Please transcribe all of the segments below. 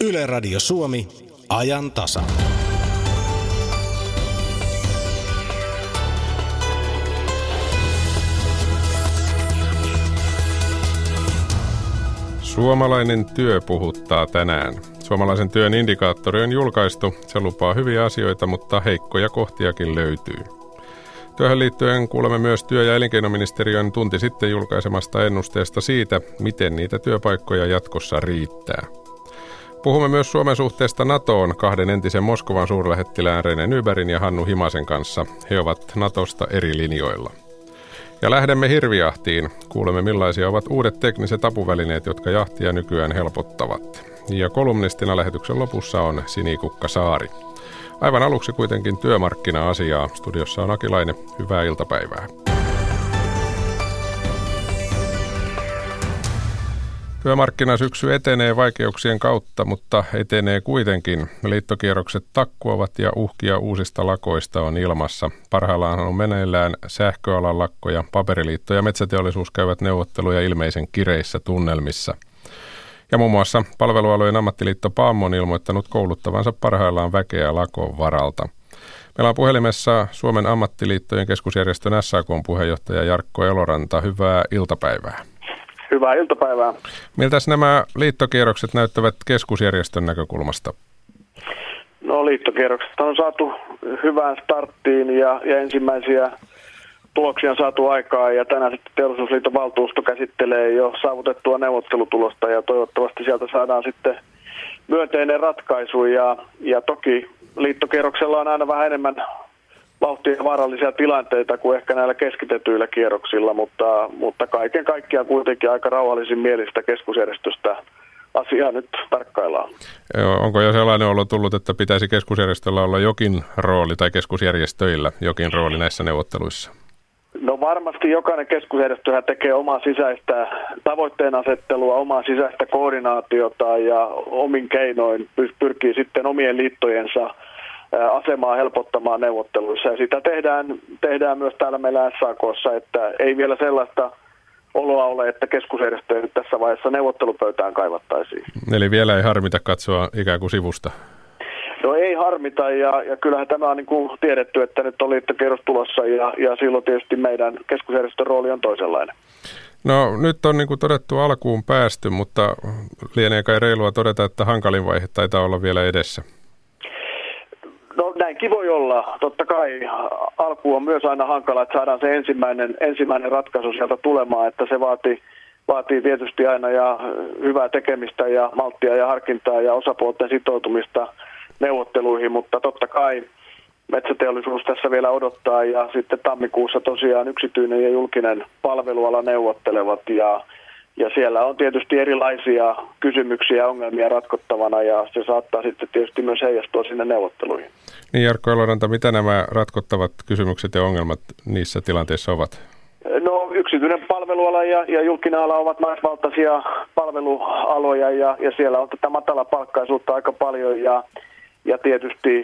Yle Radio Suomi, ajan tasa. Suomalainen työ puhuttaa tänään. Suomalaisen työn indikaattori on julkaistu. Se lupaa hyviä asioita, mutta heikkoja kohtiakin löytyy. Työhön liittyen kuulemme myös työ- ja elinkeinoministeriön tunti sitten julkaisemasta ennusteesta siitä, miten niitä työpaikkoja jatkossa riittää. Puhumme myös Suomen suhteesta NATOon kahden entisen Moskovan suurlähettilään Rene Nybergin ja Hannu Himasen kanssa. He ovat NATOsta eri linjoilla. Ja lähdemme hirvijahtiin. Kuulemme millaisia ovat uudet tekniset apuvälineet, jotka jahtia nykyään helpottavat. Ja kolumnistina lähetyksen lopussa on Sinikukka Saari. Aivan aluksi kuitenkin työmarkkina-asiaa. Studiossa on Aki Laine. Hyvää iltapäivää. Työmarkkinasyksy etenee vaikeuksien kautta, mutta etenee kuitenkin. Liittokierrokset takkuavat ja uhkia uusista lakoista on ilmassa. Parhaillaan on meneillään sähköalan lakkoja, paperiliitto ja metsäteollisuus käyvät neuvotteluja ilmeisen kireissä tunnelmissa. Ja muun muassa palvelualojen ammattiliitto PAM on ilmoittanut kouluttavansa parhaillaan väkeä lakon varalta. Meillä on puhelimessa Suomen ammattiliittojen keskusjärjestön SAK:n puheenjohtaja Jarkko Eloranta. Hyvää iltapäivää. Hyvää iltapäivää. Miltäs nämä liittokierrokset näyttävät keskusjärjestön näkökulmasta? No liittokierrokset on saatu hyvään starttiin ja ensimmäisiä tuloksia on saatu aikaan ja tänään sitten Teollisuusliiton valtuusto käsittelee jo saavutettua neuvottelutulosta ja toivottavasti sieltä saadaan sitten myönteinen ratkaisu ja toki liittokierroksella on aina vähän enemmän vauhtia ja vaarallisia tilanteita kuin ehkä näillä keskitetyillä kierroksilla, mutta kaiken kaikkiaan kuitenkin aika rauhallisin mielistä keskusjärjestöstä asiaa nyt tarkkaillaan. Onko jo sellainen olo tullut, että pitäisi keskusjärjestöllä olla jokin rooli tai keskusjärjestöillä jokin rooli näissä neuvotteluissa? No varmasti jokainen keskusjärjestöhän tekee omaa sisäistä tavoitteenasettelua, omaa sisäistä koordinaatiota ja omin keinoin pyrkii sitten omien liittojensa asemaa helpottamaan neuvotteluissa. Ja sitä tehdään myös täällä meillä SAK:ssa, että ei vielä sellaista oloa ole, että keskusjärjestöjä nyt tässä vaiheessa neuvottelupöytään kaivattaisiin. Eli vielä ei harmita katsoa ikään kuin sivusta? No ei harmita ja kyllähän tämä on niin kuin tiedetty, että nyt on liittokierros tulossa ja silloin tietysti meidän keskusjärjestön rooli on toisenlainen. No nyt on niin kuin todettu alkuun päästy, mutta lienee kai reilua todeta, että hankalin vaihe taitaa olla vielä edessä. No näinkin voi olla. Totta kai alku on myös aina hankala, että saadaan se ensimmäinen ratkaisu sieltä tulemaan, että se vaatii tietysti aina ja hyvää tekemistä ja malttia ja harkintaa ja osapuolten sitoutumista neuvotteluihin, mutta totta kai metsäteollisuus tässä vielä odottaa ja sitten tammikuussa tosiaan yksityinen ja julkinen palveluala neuvottelevat ja siellä on tietysti erilaisia kysymyksiä ja ongelmia ratkottavana ja se saattaa sitten tietysti myös heijastua sinne neuvotteluihin. Niin Jarkko Eloranta, mitä nämä ratkottavat kysymykset ja ongelmat niissä tilanteissa ovat? No yksityinen palveluala ja julkinen ala ovat naisvaltaisia palvelualoja ja siellä on tätä matalapalkkaisuutta aika paljon ja tietysti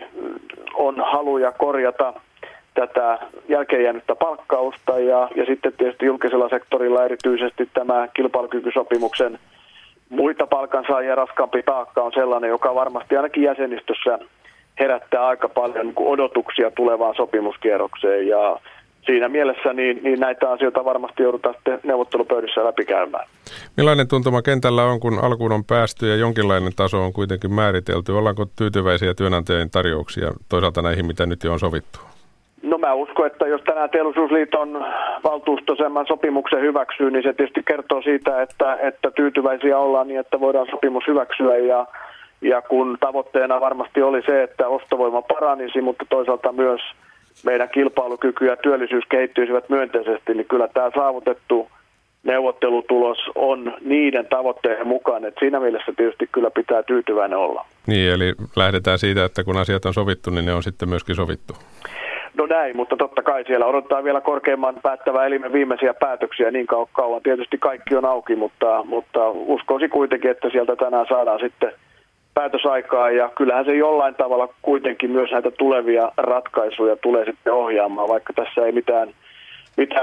on haluja korjata tätä jälkeenjäänyttä palkkausta ja sitten tietysti julkisella sektorilla erityisesti tämä kilpailukykysopimuksen muita palkansaajia raskaampi taakka on sellainen, joka varmasti ainakin jäsenistössä herättää aika paljon odotuksia tulevaan sopimuskierrokseen ja siinä mielessä niin näitä asioita varmasti joudutaan sitten neuvottelupöydissä läpikäymään. Millainen tuntuma kentällä on, kun alkuun on päästy ja jonkinlainen taso on kuitenkin määritelty? Ollaanko tyytyväisiä työnantajien tarjouksia toisaalta näihin, mitä nyt jo on sovittu? No mä uskon, että jos tänään Teollisuusliiton valtuusto sen sopimuksen hyväksyy, niin se tietysti kertoo siitä, että tyytyväisiä ollaan niin, että voidaan sopimus hyväksyä ja kun tavoitteena varmasti oli se, että ostovoima paranisi, mutta toisaalta myös meidän kilpailukyky ja työllisyys kehittyisivät myönteisesti, niin kyllä tämä saavutettu neuvottelutulos on niiden tavoitteiden mukaan, että siinä mielessä tietysti kyllä pitää tyytyväinen olla. Niin, eli lähdetään siitä, että kun asiat on sovittu, niin ne on sitten myöskin sovittu. No näin, mutta totta kai siellä odottaa vielä korkeimman päättävän elimen viimeisiä päätöksiä, niin kauan tietysti kaikki on auki, mutta uskoisin kuitenkin, että sieltä tänään saadaan sitten päätösaikaa ja kyllähän se jollain tavalla kuitenkin myös näitä tulevia ratkaisuja tulee sitten ohjaamaan, vaikka tässä ei mitään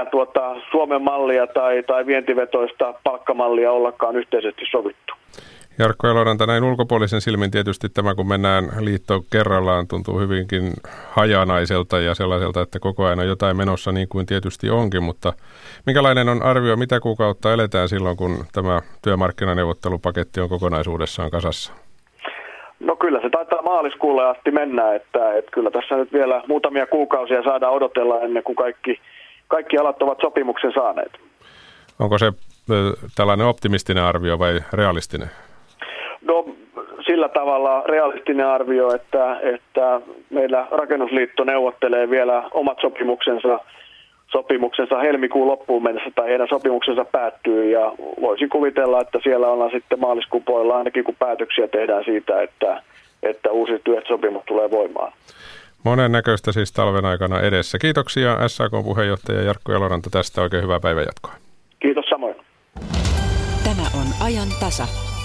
Suomen mallia tai vientivetoista palkkamallia ollakaan yhteisesti sovittu. Jarkko Eloranta, näin ulkopuolisen silmin tietysti tämä, kun mennään liittoon kerrallaan, tuntuu hyvinkin hajanaiselta ja sellaiselta, että koko ajan on jotain menossa niin kuin tietysti onkin, mutta minkälainen on arvio, mitä kuukautta eletään silloin, kun tämä työmarkkinaneuvottelupaketti on kokonaisuudessaan kasassa? No kyllä se taitaa maaliskuulle asti mennä, että kyllä tässä nyt vielä muutamia kuukausia saadaan odotella ennen kuin kaikki alat ovat sopimuksen saaneet. Onko se tällainen optimistinen arvio vai realistinen? No sillä tavalla realistinen arvio, että meillä Rakennusliitto neuvottelee vielä omat sopimuksensa helmikuun loppuun mennessä tai heidän sopimuksensa päättyy ja voisin kuvitella, että siellä ollaan sitten maaliskuun puolella ainakin kun päätöksiä tehdään siitä, että uusi työehtosopimus tulee voimaan. Monen näköistä siis talven aikana edessä. Kiitoksia SAK:n puheenjohtaja Jarkko Eloranta tästä. Oikein hyvää päivänjatkoa. Kiitos samoin. Tämä on ajan tasa.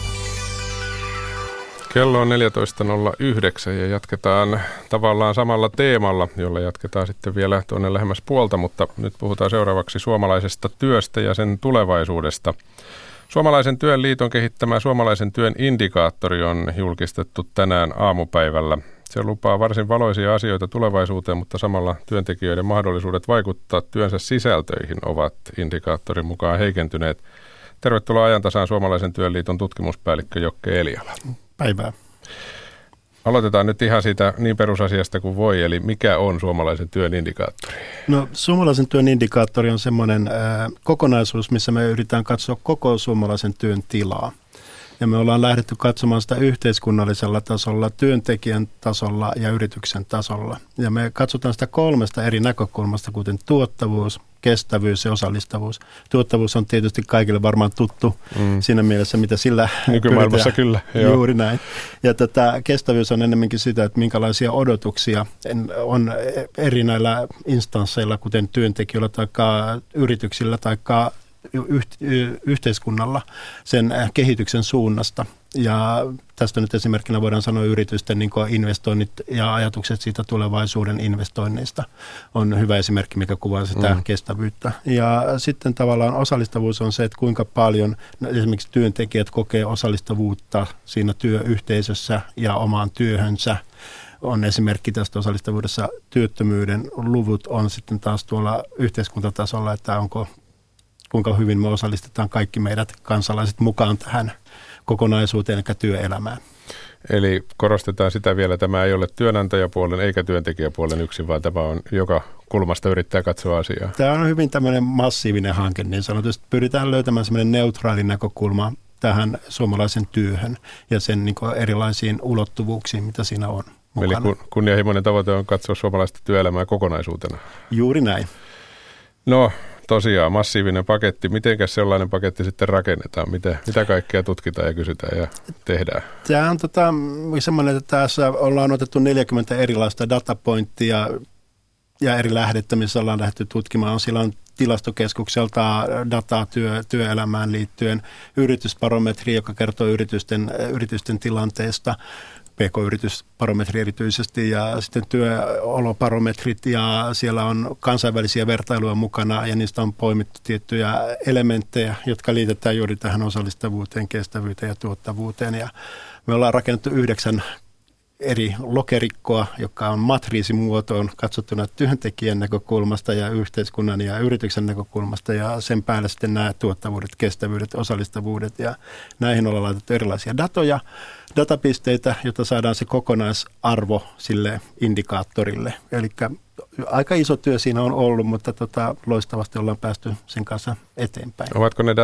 Kello on 14.09 ja jatketaan tavallaan samalla teemalla, jolla jatketaan sitten vielä tuonne lähemmäs puolta, mutta nyt puhutaan seuraavaksi suomalaisesta työstä ja sen tulevaisuudesta. Suomalaisen työn liiton kehittämä suomalaisen työn indikaattori on julkistettu tänään aamupäivällä. Se lupaa varsin valoisia asioita tulevaisuuteen, mutta samalla työntekijöiden mahdollisuudet vaikuttaa työnsä sisältöihin ovat indikaattorin mukaan heikentyneet. Tervetuloa ajantasaan suomalaisen työn liiton tutkimuspäällikkö Jokke Eliala. Päivää. Aloitetaan nyt ihan siitä niin perusasiasta kuin voi, eli mikä on suomalaisen työn indikaattori? No, suomalaisen työn indikaattori on semmoinen kokonaisuus, missä me yritetään katsoa koko suomalaisen työn tilaa. Ja me ollaan lähdetty katsomaan sitä yhteiskunnallisella tasolla, työntekijän tasolla ja yrityksen tasolla. Ja me katsotaan sitä 3 eri näkökulmasta, kuten tuottavuus, kestävyys ja osallistavuus. Tuottavuus on tietysti kaikille varmaan tuttu siinä mielessä, mitä sillä nykymaailmassa kyllä. Joo. Juuri näin. Ja kestävyys on enemmänkin sitä, että minkälaisia odotuksia on eri näillä instansseilla, kuten työntekijöillä tai yrityksillä tai yhteiskunnalla sen kehityksen suunnasta. Ja tästä nyt esimerkkinä voidaan sanoa yritysten niin kuin investoinnit ja ajatukset siitä tulevaisuuden investoinneista on hyvä esimerkki, mikä kuvaa sitä kestävyyttä. Ja sitten tavallaan osallistavuus on se, että kuinka paljon esimerkiksi työntekijät kokee osallistavuutta siinä työyhteisössä ja omaan työhönsä. On esimerkki tästä osallistavuudessa työttömyyden luvut on sitten taas tuolla yhteiskuntatasolla, että kuinka hyvin me osallistetaan kaikki meidät kansalaiset mukaan tähän kokonaisuuteen, eli työelämään. Eli korostetaan sitä vielä, tämä ei ole työnantajapuolen eikä työntekijäpuolen yksin, vaan tämä on joka kulmasta yrittää katsoa asiaa. Tämä on hyvin tämmöinen massiivinen hanke, niin sanotusti pyritään löytämään semmoinen neutraali näkökulma tähän suomalaisen työhön ja sen niin kuin erilaisiin ulottuvuuksiin, mitä siinä on mukana. Eli kunnianhimoinen tavoite on katsoa suomalaista työelämää kokonaisuutena. Juuri näin. No, tosiaan massiivinen paketti. Mitenkäs sellainen paketti sitten rakennetaan? Mitä kaikkea tutkitaan ja kysytään ja tehdään? Tämä on semmoinen, että tässä ollaan otettu 40 erilaista datapointtia ja eri lähdettä, missä ollaan lähdetty tutkimaan. Siellä on tilastokeskukselta dataa työelämään liittyen, yritysbarometri, joka kertoo yritysten tilanteesta, PK-yritysbarometri erityisesti ja sitten työolobarometrit ja siellä on kansainvälisiä vertailuja mukana ja niistä on poimittu tiettyjä elementtejä, jotka liitetään juuri tähän osallistavuuteen, kestävyyteen ja tuottavuuteen ja me ollaan rakennettu 9 eri lokerikkoa, joka on matriisimuotoon katsottuna työntekijän näkökulmasta ja yhteiskunnan ja yrityksen näkökulmasta ja sen päälle sitten nämä tuottavuudet, kestävyydet, osallistavuudet ja näihin ollaan laitettu erilaisia datapisteitä, jotta saadaan se kokonaisarvo sille indikaattorille. Eli aika iso työ siinä on ollut, mutta loistavasti ollaan päästy sen kanssa eteenpäin. Ovatko ne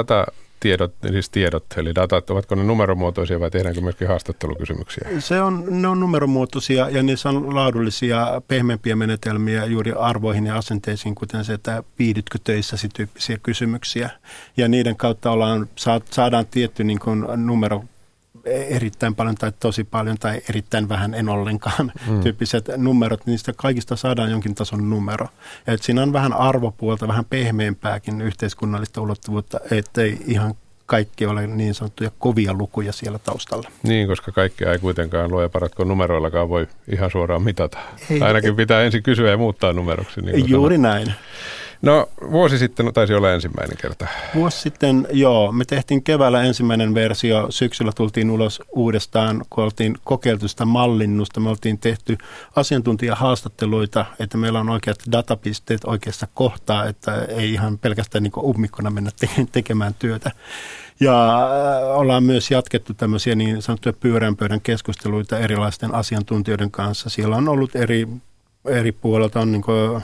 tiedot, eli datat, ovatko ne numeromuotoisia vai tehdäänkö myöskin haastattelukysymyksiä? Ne on numeromuotoisia ja niissä on laadullisia, pehmeämpiä menetelmiä juuri arvoihin ja asenteisiin, kuten se, että viihdytkö töissäsi tyyppisiä kysymyksiä. Ja niiden kautta saadaan tietty niin kuin numero erittäin paljon tai tosi paljon tai erittäin vähän en ollenkaan tyyppiset numerot, niistä kaikista saadaan jonkin tason numero. Ja että siinä on vähän arvopuolta, vähän pehmeämpääkin yhteiskunnallista ulottuvuutta, ettei ihan kaikki ole niin sanottuja kovia lukuja siellä taustalla. Niin, koska kaikkea ei kuitenkaan luoja paratko numeroillakaan voi ihan suoraan mitata. Ainakin pitää ensin kysyä ja muuttaa numeroksi. Niin juuri näin. No vuosi sitten taisi olla ensimmäinen kerta. Vuosi sitten, joo. Me tehtiin keväällä ensimmäinen versio. Syksyllä tultiin ulos uudestaan, kun oltiin kokeiltu sitä mallinnusta. Me oltiin tehty asiantuntijahaastatteluita, että meillä on oikeat datapisteet oikeassa kohtaa, että ei ihan pelkästään niin kuin ummikkona mennä tekemään työtä. Ja ollaan myös jatkettu tämmöisiä niin sanottuja pyörän pöydän keskusteluita erilaisten asiantuntijoiden kanssa. Siellä on ollut eri puolelta, on niin kuin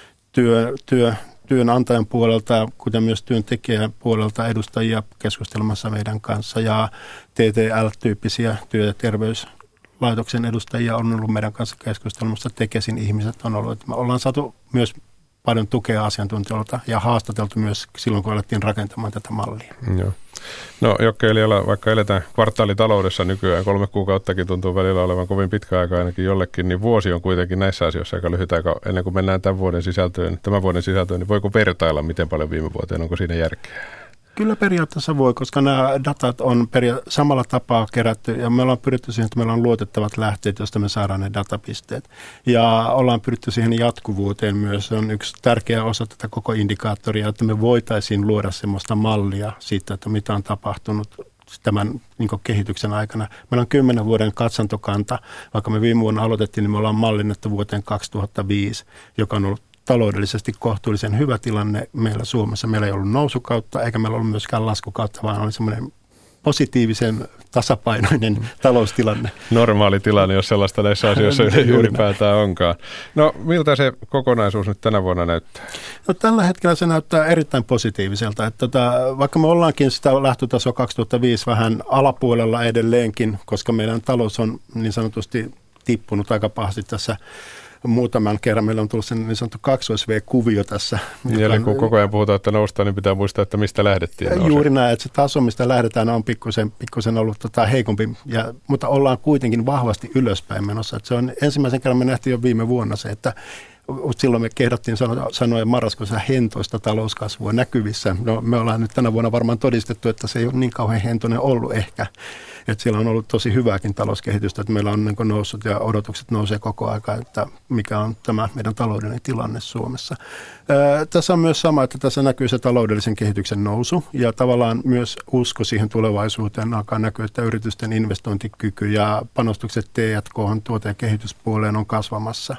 työnantajan puolelta, kuten myös työntekijän puolelta edustajia keskustelemassa meidän kanssa. Ja TTL-tyyppisiä työ- ja terveyslaitoksen edustajia on ollut meidän kanssa keskustelemassa. Tekesin ihmiset on ollut. Me ollaan saatu myös paljon tukea asiantuntijoilta ja haastateltu myös silloin, kun alettiin rakentamaan tätä mallia. Joo. No Jokka-Eliala, vaikka eletään kvartaalitaloudessa nykyään, 3 kuukauttakin tuntuu välillä olevan kovin pitkä aika ainakin jollekin, niin vuosi on kuitenkin näissä asioissa aika lyhyt aika. Ennen kuin mennään tämän vuoden sisältöön, niin voiko vertailla miten paljon viime vuoteen, onko siinä järkeä? Kyllä periaatteessa voi, koska nämä datat on samalla tapaa kerätty ja me ollaan pyritty siihen, että meillä on luotettavat lähteet, joista me saadaan ne datapisteet. Ja ollaan pyritty siihen jatkuvuuteen myös. Se on yksi tärkeä osa tätä koko indikaattoria, että me voitaisiin luoda semmoista mallia siitä, että mitä on tapahtunut tämän niin kuin kehityksen aikana. Meillä on 10 vuoden katsantokanta. Vaikka me viime vuonna aloitettiin, niin me ollaan mallinnettu vuoteen 2005, joka on ollut taloudellisesti kohtuullisen hyvä tilanne meillä Suomessa. Meillä ei ollut nousukautta eikä meillä ollut myöskään laskukautta, vaan oli semmoinen positiivisen tasapainoinen taloustilanne. Normaali tilanne, jos sellaista näissä asioissa ylipäätään onkaan. No miltä se kokonaisuus nyt tänä vuonna näyttää? No, tällä hetkellä se näyttää erittäin positiiviselta. Että vaikka me ollaankin sitä lähtötasoa 2005 vähän alapuolella edelleenkin, koska meidän talous on niin sanotusti tippunut aika pahasti tässä muutaman kerran. Meillä on tullut sen niin sanottu 2V-kuvio tässä. Eli kun koko ajan puhutaan, että noustaan, niin pitää muistaa, että mistä lähdettiin nousemaan. Juuri näin, että se taso, mistä lähdetään, on pikkusen ollut heikompi, mutta ollaan kuitenkin vahvasti ylöspäin menossa. Että se on ensimmäisen kerran me nähtiin jo viime vuonna se, että silloin me kehdattiin sanoa marraskuussa hentoista talouskasvua näkyvissä. No, me ollaan nyt tänä vuonna varmaan todistettu, että se ei ole niin kauhean hentoinen ollut ehkä. Että siellä on ollut tosi hyvääkin talouskehitystä, että meillä on niin noussut ja odotukset nousee koko aika, että mikä on tämä meidän taloudellinen tilanne Suomessa. Tässä on myös sama, että tässä näkyy se taloudellisen kehityksen nousu ja tavallaan myös usko siihen tulevaisuuteen alkaa näkyä, että yritysten investointikyky ja panostukset T&K:hon tuote- ja kehityspuoleen on kasvamassa.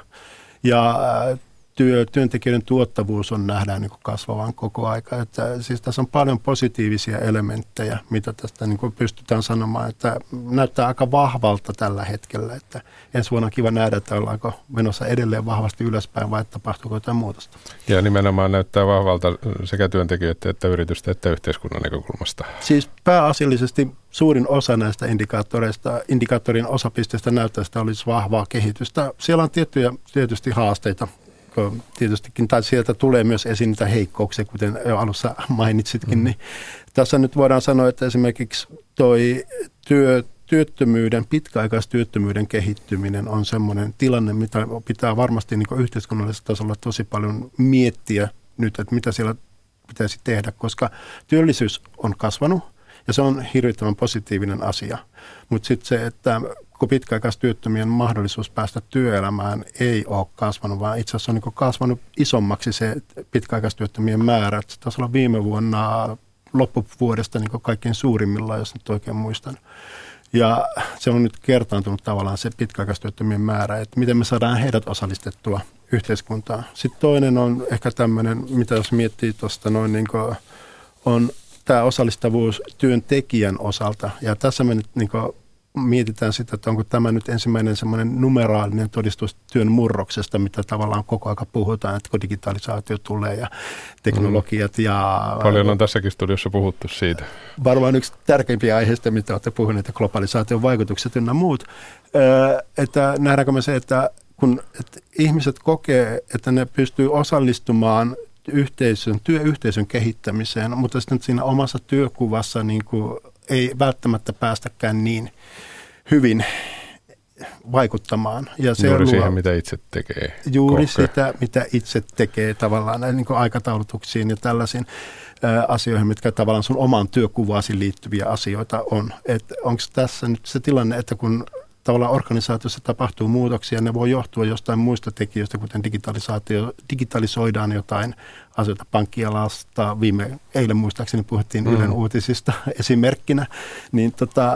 Ja työntekijöiden tuottavuus nähdään niin kuin kasvavan koko aika. Että siis tässä on paljon positiivisia elementtejä, mitä tästä niin kuin pystytään sanomaan, että näyttää aika vahvalta tällä hetkellä. Että ensi vuonna on kiva nähdä, että ollaanko menossa edelleen vahvasti ylöspäin vai tapahtuuko jotain muutosta. Ja nimenomaan näyttää vahvalta sekä työntekijöiden että yritysten että yhteiskunnan näkökulmasta. Siis pääasiallisesti suurin osa näistä indikaattorin osapisteistä näyttäistä olisi vahvaa kehitystä. Siellä on tietysti haasteita. Tietystikin, tai sieltä tulee myös esiin niitä heikkouksia, kuten jo alussa mainitsitkin. Niin tässä nyt voidaan sanoa, että esimerkiksi toi pitkäaikaistyöttömyyden kehittyminen on semmoinen tilanne, mitä pitää varmasti niin kuin yhteiskunnallisella tasolla tosi paljon miettiä nyt, että mitä siellä pitäisi tehdä, koska työllisyys on kasvanut ja se on hirvittävän positiivinen asia. Mutta sitten se, että kun pitkäaikaistyöttömien mahdollisuus päästä työelämään ei ole kasvanut, vaan itse asiassa on niin kasvanut isommaksi se pitkäaikaistyöttömien määrä. Se taisi olla viime vuonna loppuvuodesta niin kaikkein suurimmillaan, jos nyt oikein muistan. Ja se on nyt kertaantunut tavallaan se pitkäaikaistyöttömien määrä, että miten me saadaan heidät osallistettua yhteiskuntaan. Sitten toinen on ehkä tämmöinen, mitä jos miettii tuosta noin niin kuin on tämä osallistavuus työntekijän osalta. Ja tässä me nyt niin kuin mietitään sitä, että onko tämä nyt ensimmäinen semmoinen numeraalinen todistus työn murroksesta, mitä tavallaan koko aika puhutaan, että kun digitalisaatio tulee ja teknologiat ja... Paljon on tässäkin studiossa puhuttu siitä. Varmaan yksi tärkeimpiä aiheista, mitä olette puhuneet, että globalisaation vaikutukset ynnä muut. Että nähdäänkö me se, että kun ihmiset kokee, että ne pystyy osallistumaan työyhteisön kehittämiseen, mutta sitten siinä omassa työkuvassa niin kuin ei välttämättä päästäkään niin hyvin vaikuttamaan. Ja se juuri siihen, mitä itse tekee. Juuri sitä, mitä itse tekee tavallaan niin kuin aikataulutuksiin ja tällaisiin asioihin, mitkä tavallaan sun omaan työkuvaasi liittyviä asioita on. Onko tässä nyt se tilanne, että kun tavallaan organisaatiossa tapahtuu muutoksia, ne voi johtua jostain muista tekijöistä, kuten digitalisoidaan jotain asioita pankkialasta. Eilen muistaakseni puhuttiin Ylen uutisista esimerkkinä, niin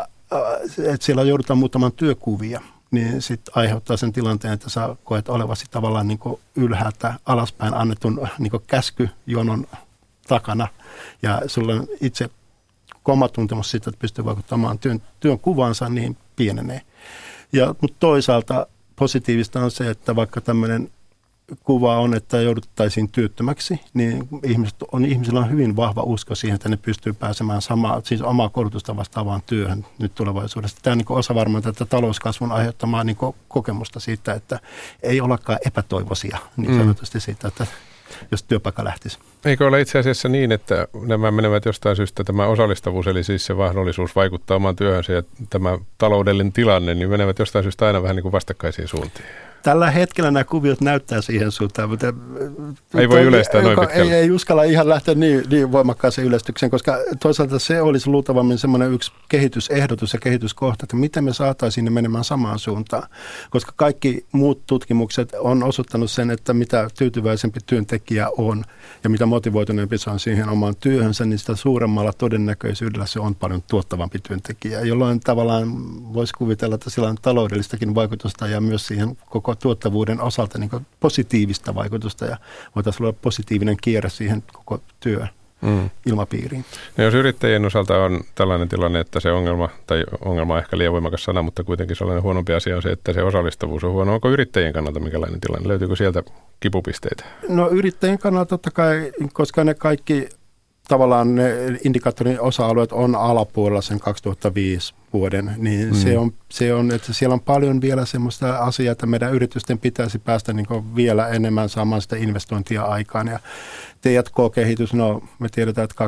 että siellä joudutaan muuttamaan työkuvia, niin sitten aiheuttaa sen tilanteen, että sä koet olevasi tavallaan niin kuin ylhäältä alaspäin annetun niin kuin käskyjonon takana, ja sulla on itse omatuntemus siitä, että pystyy vaikuttamaan työn kuvansa, niin pienenee. Mutta toisaalta positiivista on se, että vaikka tämmöinen kuva on, että jouduttaisiin työttömäksi, niin ihmisillä on hyvin vahva usko siihen, että ne pystyy pääsemään siis omaa koulutusta vastaavaan työhön nyt tulevaisuudessa. Tämä on niin osa varmaan tätä talouskasvun aiheuttamaa niin kokemusta siitä, että ei olekaan epätoivoisia niin sanotusti siitä, että jos työpaikka lähtisi. Eikö ole itse asiassa niin, että nämä menevät jostain syystä, tämä osallistavuus, eli siis se mahdollisuus vaikuttaa omaan työhönsä ja tämä taloudellinen tilanne, niin menevät jostain syystä aina vähän niin kuin vastakkaisiin suuntiin? Tällä hetkellä nämä kuviot näyttää siihen suuntaan, mutta ei voi yleistää noin pitkälle. Ei uskalla ihan lähteä niin voimakkaaseen yleistykseen, koska toisaalta se olisi luultavammin semmoinen yksi kehitysehdotus ja kehityskohta, että miten me saataisiin ne menemään samaan suuntaan. Koska kaikki muut tutkimukset on osoittanut sen, että mitä tyytyväisempi työntekijä on ja mitä motivoituneempi se on siihen omaan työhönsä, niin sitä suuremmalla todennäköisyydellä se on paljon tuottavampi työntekijä, jolloin tavallaan voisi kuvitella, että sillä on taloudellistakin vaikutusta ja myös siihen koko tuottavuuden osalta niin kuin positiivista vaikutusta ja voitaisiin olla positiivinen kierre siihen koko ilmapiiriin. No jos yrittäjien osalta on tällainen tilanne, että se ongelma on ehkä liian voimakas sana, mutta kuitenkin sellainen huonompi asia on se, että se osallistavuus on huono. Onko yrittäjien kannalta minkälainen tilanne? Löytyykö sieltä kipupisteitä? No yrittäjien kannalta totta kai, koska ne kaikki tavallaan ne indikaattorin osa-alueet on alapuolella sen 2005 vuoden, niin se on, että siellä on paljon vielä semmoista asiaa, että meidän yritysten pitäisi päästä niin kuin vielä enemmän saamaan sitä investointia aikaan. Ja T&K-kehitys, no me tiedetään, että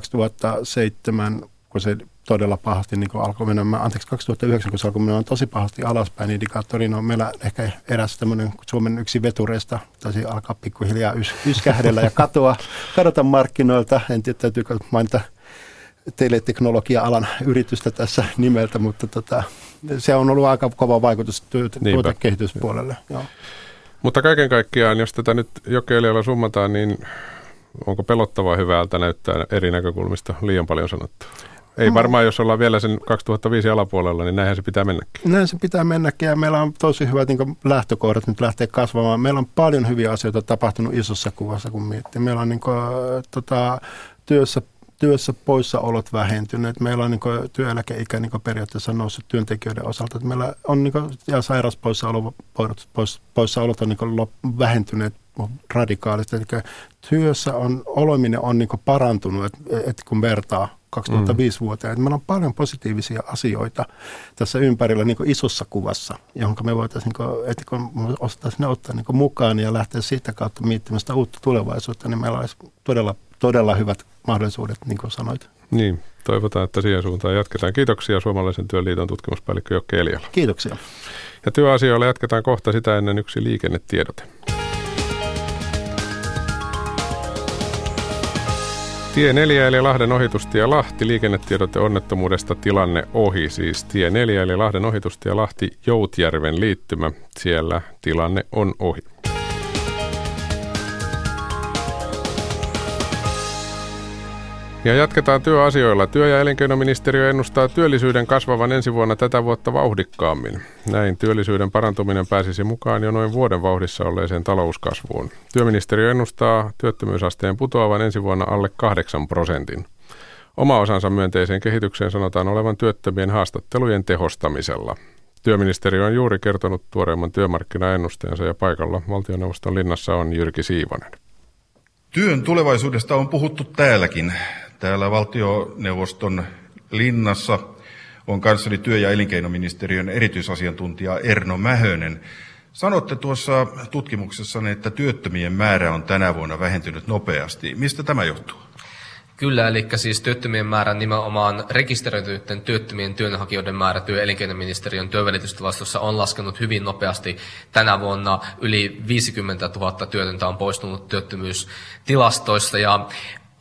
2007, kun se todella pahasti niin alkoi mennä, 2009, kun se alkoi mennä tosi pahasti alaspäin indikaattori, no meillä ehkä eräs tämmöinen Suomen yksi vetureista taisi alkaa pikkuhiljaa yskähdellä ja kadota markkinoilta. En tiedä, täytyykö mainita teleteknologia-alan yritystä tässä nimeltä, mutta se on ollut aika kova vaikutus tuotekehityspuolelle. Joo. Mutta kaiken kaikkiaan, jos tätä nyt Jokelialla summataan, niin onko pelottavaa hyvältä näyttää eri näkökulmista liian paljon sanottua? Ei varmaan, jos ollaan vielä sen 2005 alapuolella, niin näinhän se pitää mennäkin. Näin se pitää mennäkin ja meillä on tosi hyvät niin lähtökohdat nyt lähteä kasvamaan. Meillä on paljon hyviä asioita tapahtunut isossa kuvassa, kun miettii. Meillä on työssä poissaolot vähentyneet. Meillä on työeläkeikä periaatteessa noussut työntekijöiden osalta. Meillä on ja sairauspoissaolot on vähentyneet radikaalisti. Eli työssä oleminen on parantunut, että kun vertaa 2005 vuoteen. Meillä on paljon positiivisia asioita tässä ympärillä isossa kuvassa, johon me voitaisiin, että kun ne ottaa mukaan ja lähteä siitä kautta miettimään sitä uutta tulevaisuutta, niin meillä olisi todella hyvät mahdollisuudet, niin kuin sanoit. Niin, toivotaan, että siihen suuntaan jatketaan. Kiitoksia Suomalaisen työnliiton tutkimuspäällikkö Jokke Eliala. Kiitoksia. Ja työasioilla jatketaan kohta, sitä ennen yksi liikennetiedote. Tie 4 eli Lahden ohitustie Lahti, liikennetiedote onnettomuudesta tilanne ohi, siis tie 4 eli Lahden ohitustie Lahti Joutjärven liittymä, siellä tilanne on ohi. Ja jatketaan työasioilla. Työ- ja elinkeinoministeriö ennustaa työllisyyden kasvavan ensi vuonna tätä vuotta vauhdikkaammin. Näin työllisyyden parantuminen pääsisi mukaan jo noin vuoden vauhdissa olleeseen talouskasvuun. Työministeriö ennustaa työttömyysasteen putoavan ensi vuonna alle 8%. Oma osansa myönteiseen kehitykseen sanotaan olevan työttömien haastattelujen tehostamisella. Työministeriö on juuri kertonut tuoreimman työmarkkinaennusteensa ja paikalla valtioneuvoston linnassa on Jyrki Siivonen. Työn tulevaisuudesta on puhuttu täälläkin. Täällä valtioneuvoston linnassa on kanssani työ- ja elinkeinoministeriön erityisasiantuntija Erno Mähönen. Sanotte tuossa tutkimuksessanne, että työttömien määrä on tänä vuonna vähentynyt nopeasti. Mistä tämä johtuu? Kyllä, eli siis työttömien määrä nimenomaan rekisteröityiden työttömien työnhakijoiden määrä työ- ja elinkeinoministeriön työnvälitystilastossa on laskenut hyvin nopeasti. Tänä vuonna yli 50 000 työtöntä on poistunut työttömyystilastoista ja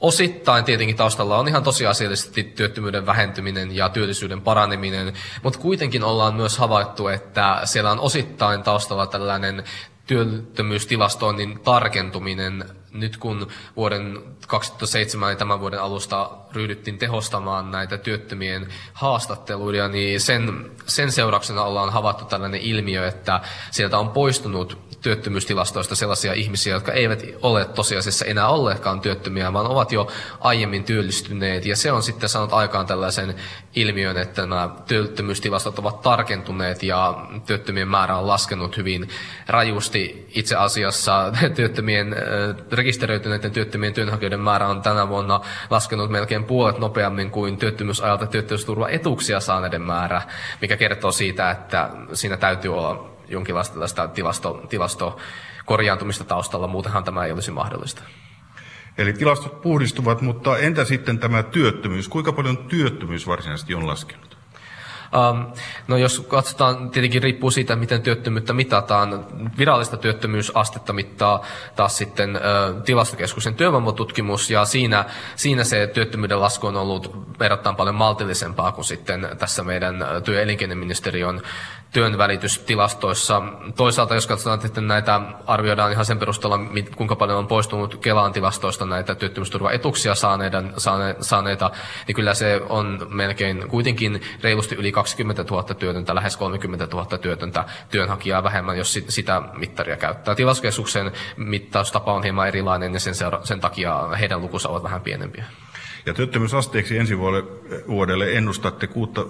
Osittain tietenkin taustalla on ihan tosiasiallisesti työttömyyden vähentyminen ja työllisyyden paraneminen, mutta kuitenkin ollaan myös havaittu, että siellä on osittain taustalla tällainen työttömyystilastoinnin tarkentuminen. Nyt kun vuoden 2007 ja tämän vuoden alusta ryhdyttiin tehostamaan näitä työttömien haastatteluja, niin sen seurauksena ollaan havaittu tällainen ilmiö, että sieltä on poistunut työttömyystilastoista sellaisia ihmisiä, jotka eivät ole tosiasiassa enää olleetkaan työttömiä, vaan ovat jo aiemmin työllistyneet. Ja se on sitten saanut aikaan tällaisen ilmiön, että nämä työttömyystilastot ovat tarkentuneet ja työttömien määrä on laskenut hyvin rajusti. Itse asiassa rekisteröityneiden työttömien työnhakijoiden määrä on tänä vuonna laskenut melkein puolet nopeammin kuin työttömyysajalta työttömyysturvaetuuksia saaneiden määrä, mikä kertoo siitä, että siinä täytyy olla jonkinlaista tällaista tilastokorjaantumista taustalla, muutenhan tämä ei olisi mahdollista. Eli tilastot puhdistuvat, mutta entä sitten tämä työttömyys? Kuinka paljon työttömyys varsinaisesti on laskenut? No jos katsotaan, tietenkin riippuu siitä, miten työttömyyttä mitataan. Virallista työttömyysastetta mittaa taas sitten Tilastokeskuksen työvoimatutkimus, ja siinä se työttömyyden lasku on ollut verrattain paljon maltillisempaa kuin sitten tässä meidän työ- ja elinkeinoministeriön työnvälitystilastoissa. Toisaalta jos katsotaan, että näitä arvioidaan ihan sen perusteella, kuinka paljon on poistunut Kelan tilastoista näitä työttömyysturvaetuuksia saaneita, niin kyllä se on melkein kuitenkin reilusti yli 20 000 työtöntä, lähes 30 000 työtöntä työnhakijaa vähemmän, jos sitä mittaria käyttää. Tilastokeskuksen mittaustapa on hieman erilainen ja sen takia heidän lukunsa ovat vähän pienempiä. Ja työttömyysasteeksi ensi vuodelle ennustatte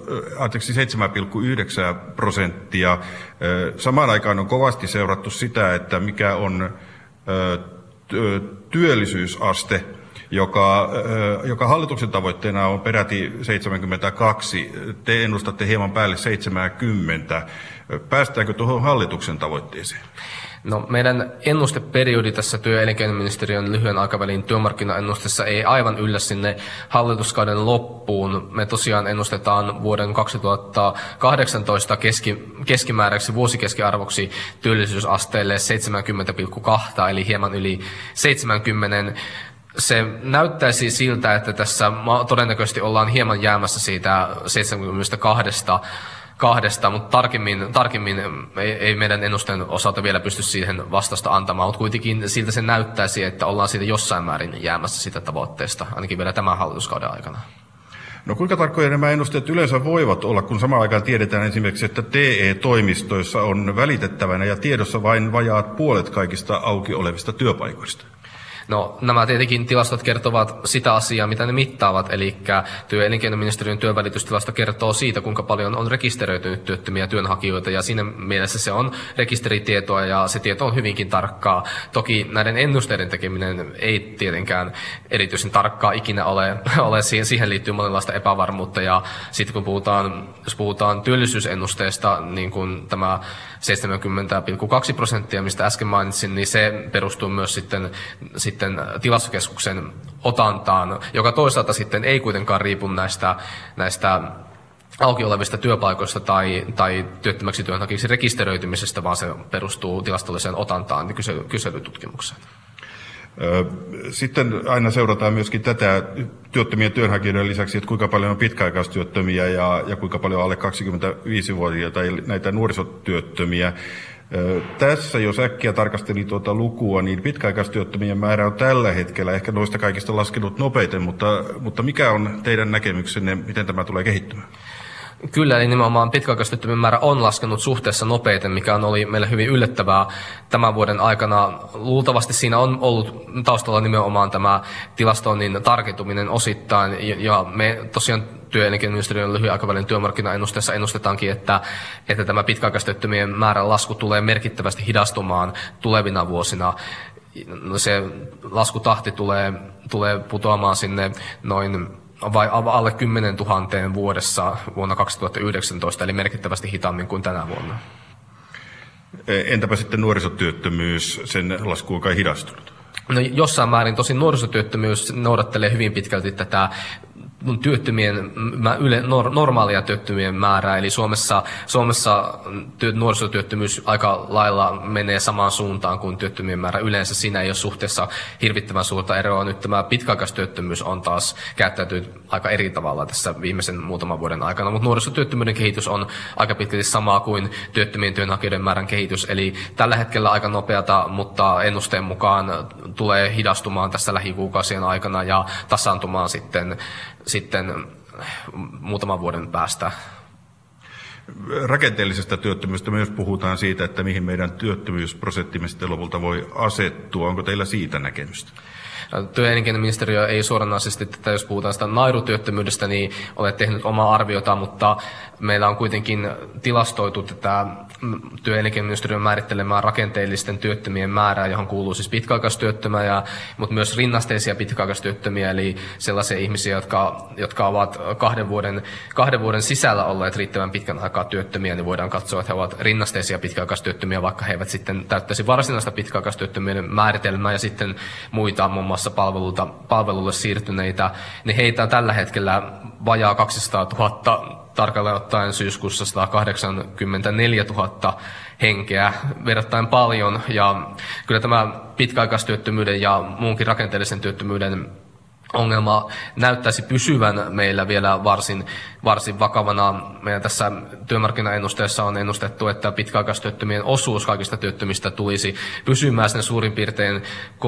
7,9%. Samaan aikaan on kovasti seurattu sitä, että mikä on työllisyysaste, joka hallituksen tavoitteena on peräti 72. Te ennustatte hieman päälle 70. Päästäänkö tuohon hallituksen tavoitteeseen? No, meidän ennusteperiodi tässä työ- ja elinkeinoministeriön lyhyen aikavälin työmarkkinaennusteessa ei aivan yllä sinne hallituskauden loppuun. Me tosiaan ennustetaan vuoden 2018 keskimääräiseksi vuosikeskiarvoksi työllisyysasteelle 70,2, eli hieman yli 70. Se näyttäisi siltä, että tässä todennäköisesti ollaan hieman jäämässä siitä 72, mutta tarkemmin ei meidän ennusteen osalta vielä pysty siihen vastausta antamaan, mutta kuitenkin siltä se näyttäisi, että ollaan siitä jossain määrin jäämässä sitä tavoitteesta, ainakin vielä tämän hallituskauden aikana. No kuinka tarkkoja nämä ennusteet yleensä voivat olla, kun samaan aikaan tiedetään esimerkiksi, että TE-toimistoissa on välitettävänä ja tiedossa vain vajaat puolet kaikista auki olevista työpaikoista? No, nämä tietenkin tilastot kertovat sitä asiaa, mitä ne mittaavat, eli työ- ja elinkeinoministeriön työnvälitystilasto kertoo siitä, kuinka paljon on rekisteröitynyt työttömiä työnhakijoita, ja siinä mielessä se on rekisteritietoa, ja se tieto on hyvinkin tarkkaa. Toki näiden ennusteiden tekeminen ei tietenkään erityisen tarkkaa ikinä ole siihen liittyy monenlaista epävarmuutta, ja sitten kun puhutaan työllisyysennusteesta, niin kuin tämä 70,2%, mistä äsken mainitsin, niin se perustuu myös sitten Tilastokeskuksen otantaan, joka toisaalta sitten ei kuitenkaan riipu näistä auki olevista työpaikoista tai työttömäksi työnhakijaksi rekisteröitymisestä, vaan se perustuu tilastolliseen otantaan ja kyselytutkimukseen. Sitten aina seurataan myöskin tätä työttömien työnhakijoiden lisäksi, että kuinka paljon on pitkäaikaistyöttömiä ja kuinka paljon on alle 25-vuotiaita tai näitä nuorisotyöttömiä. Tässä jos äkkiä tarkasteli tuota lukua, niin pitkäaikaistyöttömien määrä on tällä hetkellä ehkä noista kaikista laskenut nopeiten, mutta mikä on teidän näkemyksenne, miten tämä tulee kehittymään? Kyllä, eli nimenomaan pitkäaikaistyöttömien määrä on laskenut suhteessa nopeiten, mikä oli meille hyvin yllättävää tämän vuoden aikana. Luultavasti siinä on ollut taustalla nimenomaan tämä tilastoinnin tarkentuminen osittain, ja me tosiaan työ- ja elinkeinoministeriön lyhyen aikavälin työmarkkinaennusteessa ennustetaankin, että tämä pitkäaikaistyöttömien määrän lasku tulee merkittävästi hidastumaan tulevina vuosina. Se laskutahti tulee putoamaan sinne noin vai alle 10 000 vuodessa vuonna 2019, eli merkittävästi hitaammin kuin tänä vuonna. Entäpä sitten nuorisotyöttömyys, sen lasku on kai hidastunut? No, jossain määrin tosin nuorisotyöttömyys noudattelee hyvin pitkälti tätä normaalia työttömien määrää, eli Suomessa nuorisotyöttömyys aika lailla menee samaan suuntaan kuin työttömien määrä yleensä. Siinä ei ole suhteessa hirvittävän suurta eroa. Nyt tämä pitkäaikaistyöttömyys on taas käyttäytynyt aika eri tavalla tässä viimeisen muutaman vuoden aikana, mutta nuorisotyöttömyyden kehitys on aika pitkälti samaa kuin työttömien työnhakijoiden määrän kehitys, eli tällä hetkellä aika nopeata, mutta ennusteen mukaan tulee hidastumaan tässä lähikuukausien aikana ja tasaantumaan sitten muutaman vuoden päästä. Rakenteellisesta työttömyydestä myös puhutaan siitä, että mihin meidän työttömyysprosenttimme sitten lopulta voi asettua. Onko teillä siitä näkemystä? Työ- ja elinkeinoministeriö ei suoranaisesti tätä, jos puhutaan sitä nairutyöttömyydestä, niin olet tehnyt omaa arviota, mutta meillä on kuitenkin tilastoitu tätä työ- ja elinkeinoministeriön määrittelemää rakenteellisten työttömien määrää, johon kuuluu siis pitkäaikaistyöttömiä, mutta myös rinnasteisia pitkäaikaistyöttömiä, eli sellaisia ihmisiä, jotka ovat kahden vuoden sisällä olleet riittävän pitkän aikaa työttömiä, niin voidaan katsoa, että he ovat rinnasteisia pitkäaikaistyöttömiä, vaikka he eivät sitten täyttäisi varsinaista pitkäaikaistyöttömien määritelmää ja sitten muita muun muassa palvelulle siirtyneitä, niin heitä on tällä hetkellä vajaa 200 000, tarkalleen ottaen syyskuussa 184 000 henkeä, verrattain paljon, ja kyllä tämä pitkäaikaistyöttömyyden ja muunkin rakenteellisen työttömyyden ongelma näyttäisi pysyvän meillä vielä varsin vakavana. Meidän tässä työmarkkinaennusteessa on ennustettu, että pitkäaikaistyöttömien osuus kaikista työttömistä tulisi pysymään sen suurin piirtein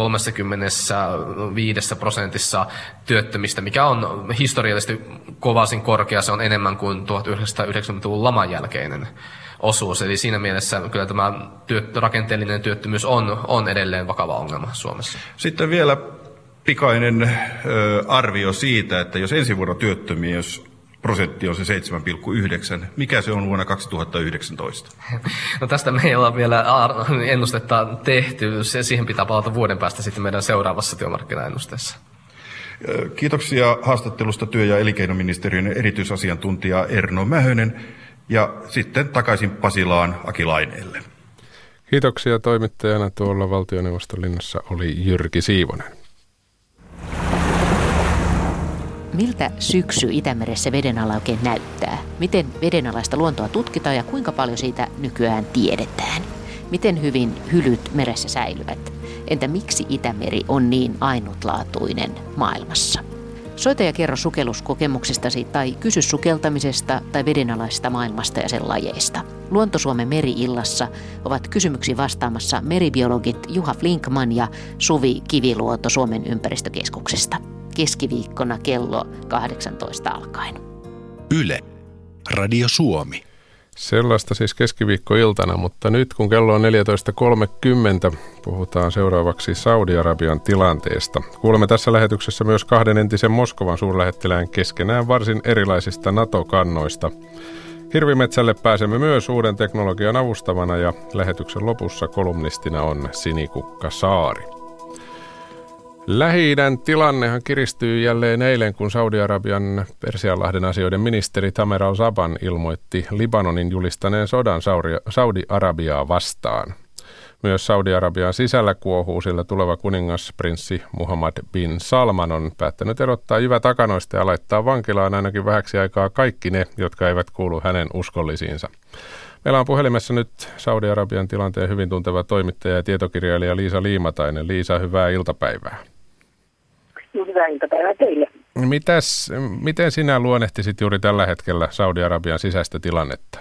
35% työttömistä, mikä on historiallisesti kovasin korkea. Se on enemmän kuin 1990-luvun laman jälkeinen osuus. Eli siinä mielessä kyllä tämä rakenteellinen työttömyys on edelleen vakava ongelma Suomessa. Sitten vielä pikainen arvio siitä, että jos ensi vuonna työttömyysprosentti on se 7,9, mikä se on vuonna 2019? No tästä me ei olla vielä ennustetta tehty. Siihen pitää palata vuoden päästä sitten meidän seuraavassa työmarkkinaennusteessa. Kiitoksia haastattelusta työ- ja elinkeinoministeriön erityisasiantuntija Erno Mähönen. Ja sitten takaisin Pasilaan Aki Laineelle. Kiitoksia toimittajana tuolla valtioneuvoston linnassa oli Jyrki Siivonen. Miltä syksy Itämeressä veden alla oikein näyttää? Miten vedenalaista luontoa tutkitaan ja kuinka paljon siitä nykyään tiedetään? Miten hyvin hylyt meressä säilyvät? Entä miksi Itämeri on niin ainutlaatuinen maailmassa? Soita ja kerro sukelluskokemuksistasi tai kysy sukeltamisesta tai vedenalaisesta maailmasta ja sen lajeista. Luonto-Suomen meri-illassa ovat kysymyksiin vastaamassa meribiologit Juha Flinkman ja Suvi Kiviluoto Suomen ympäristökeskuksesta. Keskiviikkona kello 18 alkaen. Yle. Radio Suomi. Sellaista siis keskiviikkoiltana, mutta nyt kun kello on 14.30, puhutaan seuraavaksi Saudi-Arabian tilanteesta. Kuulemme tässä lähetyksessä myös kahden entisen Moskovan suurlähettilään keskenään varsin erilaisista NATO-kannoista. Hirvimetsälle pääsemme myös uuden teknologian avustavana ja lähetyksen lopussa kolumnistina on Sinikukka Saari. Lähi-idän tilannehan kiristyy jälleen eilen, kun Saudi-Arabian Persianlahden asioiden ministeri Tamer al-Zaban ilmoitti Libanonin julistaneen sodan Saudi-Arabiaa vastaan. Myös Saudi-Arabian sisällä kuohuu, sillä tuleva kuningas prinssi Muhammad bin Salman on päättänyt erottaa jyvä takanoista ja laittaa vankilaan ainakin vähäksi aikaa kaikki ne, jotka eivät kuulu hänen uskollisiinsa. Meillä on puhelimessa nyt Saudi-Arabian tilanteen hyvin tunteva toimittaja ja tietokirjailija Liisa Liimatainen. Liisa, hyvää iltapäivää. No, hyvää iltapäivää teille. Miten sinä luonnehtisit juuri tällä hetkellä Saudi-Arabian sisäistä tilannetta?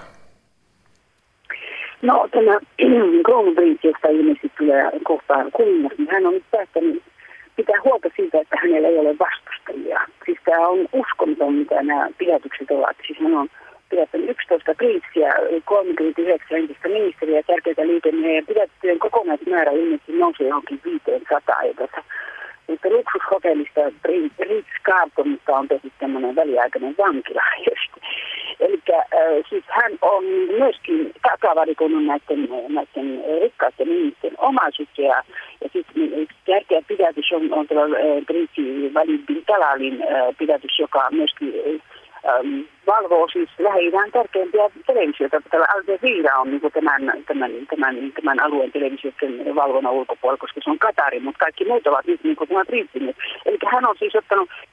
No, tämä kruununprinssi, josta ilmeisesti tulee kohtaan kuningas, niin hän on nyt päättänyt pitää huolta siitä, että hänellä ei ole vastustajia. Siis tämä on uskonton, mitä nämä pidätykset ovat. Siis hän on pidättänyt 11 prinssiä, 39 entistä ministeriä ja tärkeitä liikenneen ja pidättyjen kokonaismäärä ilmeisesti nousee johonkin 500. Mutta luksushotellista Ritz-Carltonista on tehty tämmöinen väliaikainen vankila. Eli siis hän on myöskin takavarikoinut näiden rikkaiden ihmisten omaisuutta. Ja sitten tärkeä pidätys on tämä prinssi Walid bin Talalin pidätys, joka myöskin valvoo siis Lähi-idän tärkeimpiä televisioita. Tällä Al Jazeera on niin tämän alueen televisioiden valvonnan ulkopuolella, koska se on Katari, mutta kaikki muut ovat nyt niin kuin tämä prinssi. Eli hän on siis ottanut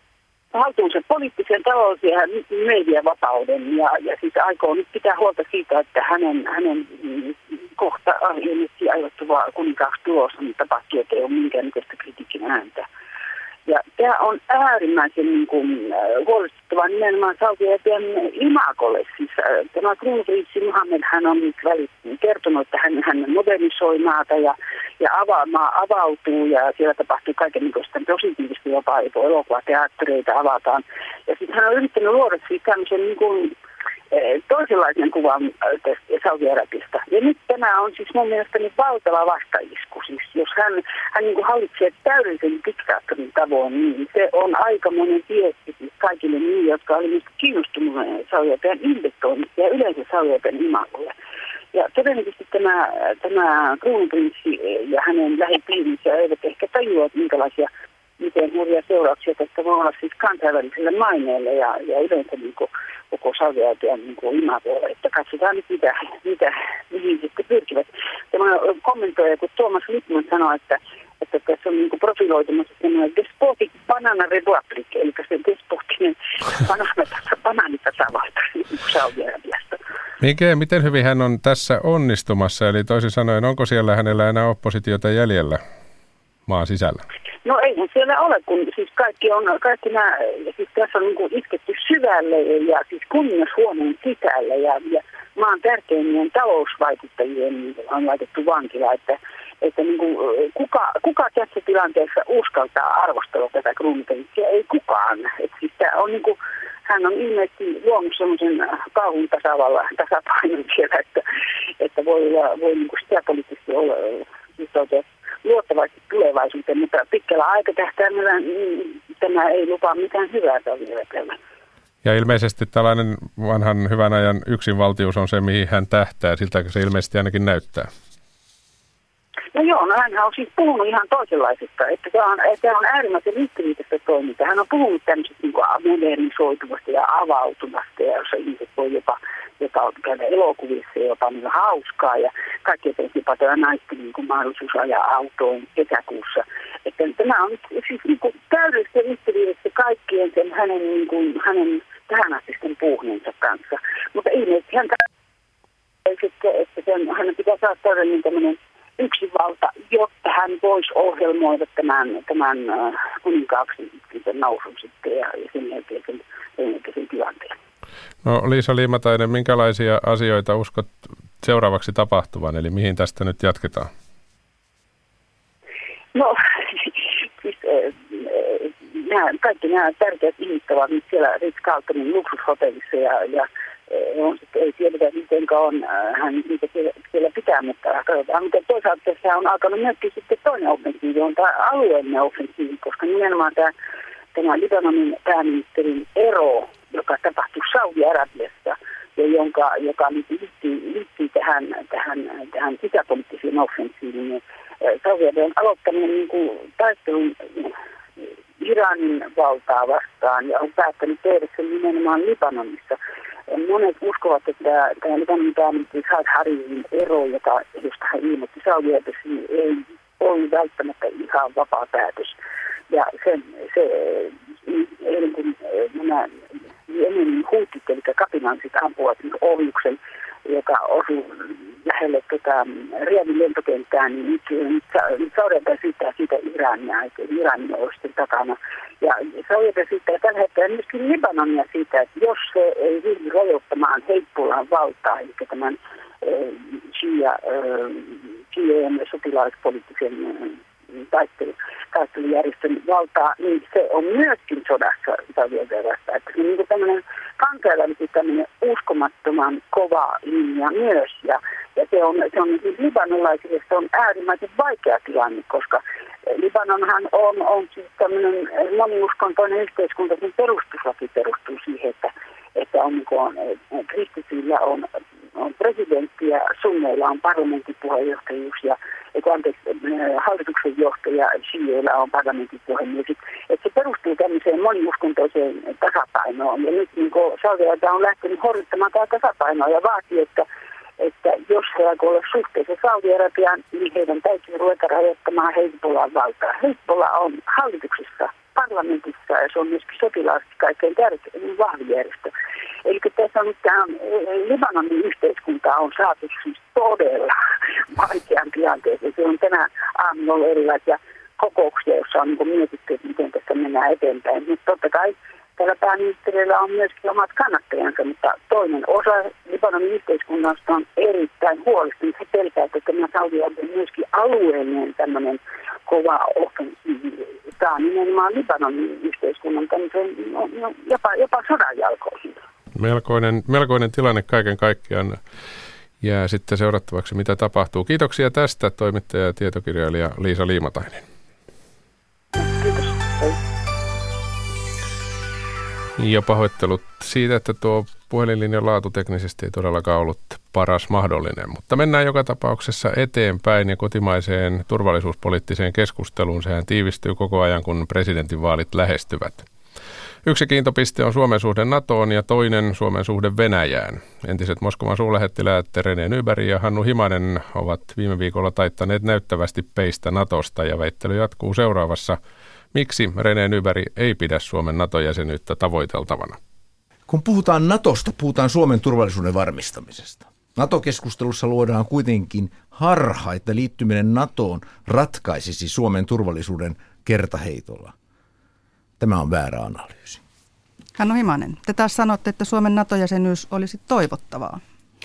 haltuunsa poliittisen, taloudellisen ja mediavapauden ja siis aikoo nyt pitää huolta siitä, että hänen kohta ilmeisesti ajoittuva kuninkaaksi tulossa, mutta tapahtuu, että ei ole minkäännäköistä kritiikin ääntä. Ja tämä on äärimmäisen huolestuttavaa nimenomaan Saudi-Arabian imagolle. Siis tämä kruunprinssi Mohammed, hän on nyt kertonut, että hän modernisoi maata ja maa avautuu ja siellä tapahtuu kaikennäköistä positiivista, jopa elokuvateattereita avataan. Ja sitten hän on yrittänyt luoda siis tämmöisen toisenlaisen kuvan tästä Saudi-Arabiasta. Ja nyt tämä on siis mun mielestäni valtava vastaisku. Siis jos hän hallitsee täydellisen diktaattorin tavoin, niin se on aikamoinen viesti siis kaikille niille, jotka olivat kiinnostuneet Saudi-Arabian investoinnista ja yleensä Saudi-Arabian imagolle. Ja todennäköisesti tämä kruununprinssi ja hänen lähipiirinsä eivät ehkä tajua, miten hurjia seurauksia tästä voi olla siis kansainväliselle maineelle ja yleensä koko Saudi-Arabian imagolle. Että katsotaan nyt, mihin sitten pyrkivät. Tämä kommentoija, kun Thomas Lippmann sanoi, että tässä on profiloitumassa semmoinen despotic banana republic, eli se despottinen banaanitasavalta Saudi-Arabiasta. Miten hyvin hän on tässä onnistumassa? Eli toisin sanoen, onko siellä hänellä enää oppositiota jäljellä maan sisällä? No eihän siellä ole, kun siis kaikki nämä, siis tässä on isketty syvälle ja siis kuningashuoneen sisällä ja maan tärkeimmien talousvaikuttajien on laitettu vankila, että kuka tässä tilanteessa uskaltaa arvostella tätä kruununprinssiä? Ei kukaan. Että siis hän on ilmeisesti luonut semmoisen kauhun tasapainon siellä, että voi sitä poliittisesti olla luottavasti tulevaisuuteen, mutta pitkällä aikatähtäimellä tämä ei lupaa mitään hyvää Saudi-Arabialle. Ja ilmeisesti tällainen vanhan hyvän ajan yksinvaltius on se, mihin hän tähtää, siltä se ilmeisesti ainakin näyttää. No joo, hän on siis puhunut ihan toisenlaisesta, että tämä on äärimmäisen ristiriitaista toimintaa. Hän on puhunut tämmöisestä modernisoituvasta ja avautumasta, ja jossa ihmiset voi jopa käydä elokuvissa ja jopa hauskaa, ja kaikki jopa tämä naisten mahdollisuus ajaa autoon kesäkuussa. Että tämä on siis täydellisesti ristiriitaista kaikkien sen hänen tähänastisten puhuneensa kanssa. Mutta ilmeisesti hänen pitää saada todellinen tämmöinen yksinvalta, jotta hän voisi ohjelmoida tämän kuninkaaksi nousun sitten ja sen jälkeen sen tilanteen. No Liisa Liimatainen, minkälaisia asioita uskot seuraavaksi tapahtuvan, eli mihin tästä nyt jatketaan? No siis kaikki nämä tärkeät ihmiset ovat nyt siellä Ritz-Carltonin luksushotellissa ja ei tiedetä, miten on hän niitä siellä pitää, mutta katsotaan. Mutta toisaalta tässä on alkanut myöskin sitten toinen offensiivi, on tämä alueellinen offensiivi, koska nimenomaan tämä Libanonin pääministerin ero, joka tapahtui Saudi-Arabiassa ja joka liittyy tähän sisäpoliittisiin offensiiviin, niin Saudi-Arabia on aloittanut taistelun Iranin valtaa vastaan ja on päättänyt tehdä sen nimenomaan Libanonissa. Monet uskovat, että tämä Libanonin pääministeri Saad Harririn ero, josta hän ilmoitti Saudi-Arabiassa, ei ole välttämättä ihan vapaa päätös. Ja eilen kun nämä Jemenin huutit, eli kapinalliset ampuvat ohjuksen, joka osui lähelle Riyadhin lentokenttää, niin nyt Saudi-Arabia syyttää siitä Irania, että Iran olisi sitten takana. Ja Saudi-Arabia syyttää tällä hetkellä myöskin Libanonia siitä, että jos se ei ryhdy rajoittamaan Hezbollan valtaa, eli tämän Shia sotilaispoliittisen taistelujärjestön valtaa, niin se on myöskin sodassa Saudi-Arabia vastaan. Että se on tämmöinen kansainvälisesti tämmöinen uskomattoman kova linja myös. Ja se on siis libanonlaisille se on äärimmäisen vaikea tilanne, koska Libanonhan on siis tämmöinen moniuskontoinen yhteiskunta, sen perustuslaki perustuu siihen, että kristityillä on presidentti ja sunneilla on parlamentin puheenjohtajuus ja hallituksen johtaja Shioilla on parlamentin puheenjohtajuus. Että se perustuu tämmöiseen moniuskontoiseen tasapainoon. Ja nyt Saudi-Arabia on lähtenyt horjuttamaan tämä tasapainoa ja vaatii, että jos he aikoo olla suhteessa Saudi-Arabiaan, niin heidän täytyy ruveta rajoittamaan Hezbollan valtaa. Hezbollah on hallituksessa parlamentissa ja se on myöskin sotilaallisesti kaikkein tärkein vahvin järjestö. Eli tässä on nyt Libanonin yhteiskunta on saatu siis todella vaikean tilanteeseen. Se on tänä aamuna ollut erilaisia kokouksia, joissa on niin mietitty, että miten tästä mennään eteenpäin. Mutta totta kai tällä pääministerillä on myöskin omat kannattajansa, mutta toinen osa Libanonin yhteiskunnasta on erittäin huolestunut. He pelkää, että tämä Saudi-Arabian myöskin alueellinen tämmöinen kova offensiivi saa nimenomaan Libanonin yhteiskunnan tämmöisen jopa sodan jalkoihin. Melkoinen tilanne kaiken kaikkiaan. Jää sitten seurattavaksi, mitä tapahtuu. Kiitoksia tästä toimittaja ja tietokirjailija Liisa Liimatainen. Kiitos. Ja pahoittelut siitä, että tuo puhelinlinjan laatu teknisesti ei todellakaan ollut paras mahdollinen, mutta mennään joka tapauksessa eteenpäin ja kotimaiseen turvallisuuspoliittiseen keskusteluun. Sehän tiivistyy koko ajan, kun presidentinvaalit lähestyvät. Yksi kiintopiste on Suomen suhde NATOon ja toinen Suomen suhde Venäjään. Entiset Moskovan suurlähettiläät René Nyberg ja Hannu Himanen ovat viime viikolla taittaneet näyttävästi peistä NATOsta ja väittely jatkuu seuraavassa. Miksi René Nyberg ei pidä Suomen NATO-jäsenyyttä tavoiteltavana? Kun puhutaan NATOsta, puhutaan Suomen turvallisuuden varmistamisesta. NATO-keskustelussa luodaan kuitenkin harha, että liittyminen NATOon ratkaisisi Suomen turvallisuuden kertaheitolla. Tämä on väärä analyysi. Hannu Himanen, te taas sanotte, että Suomen NATO-jäsenyys olisi toivottavaa.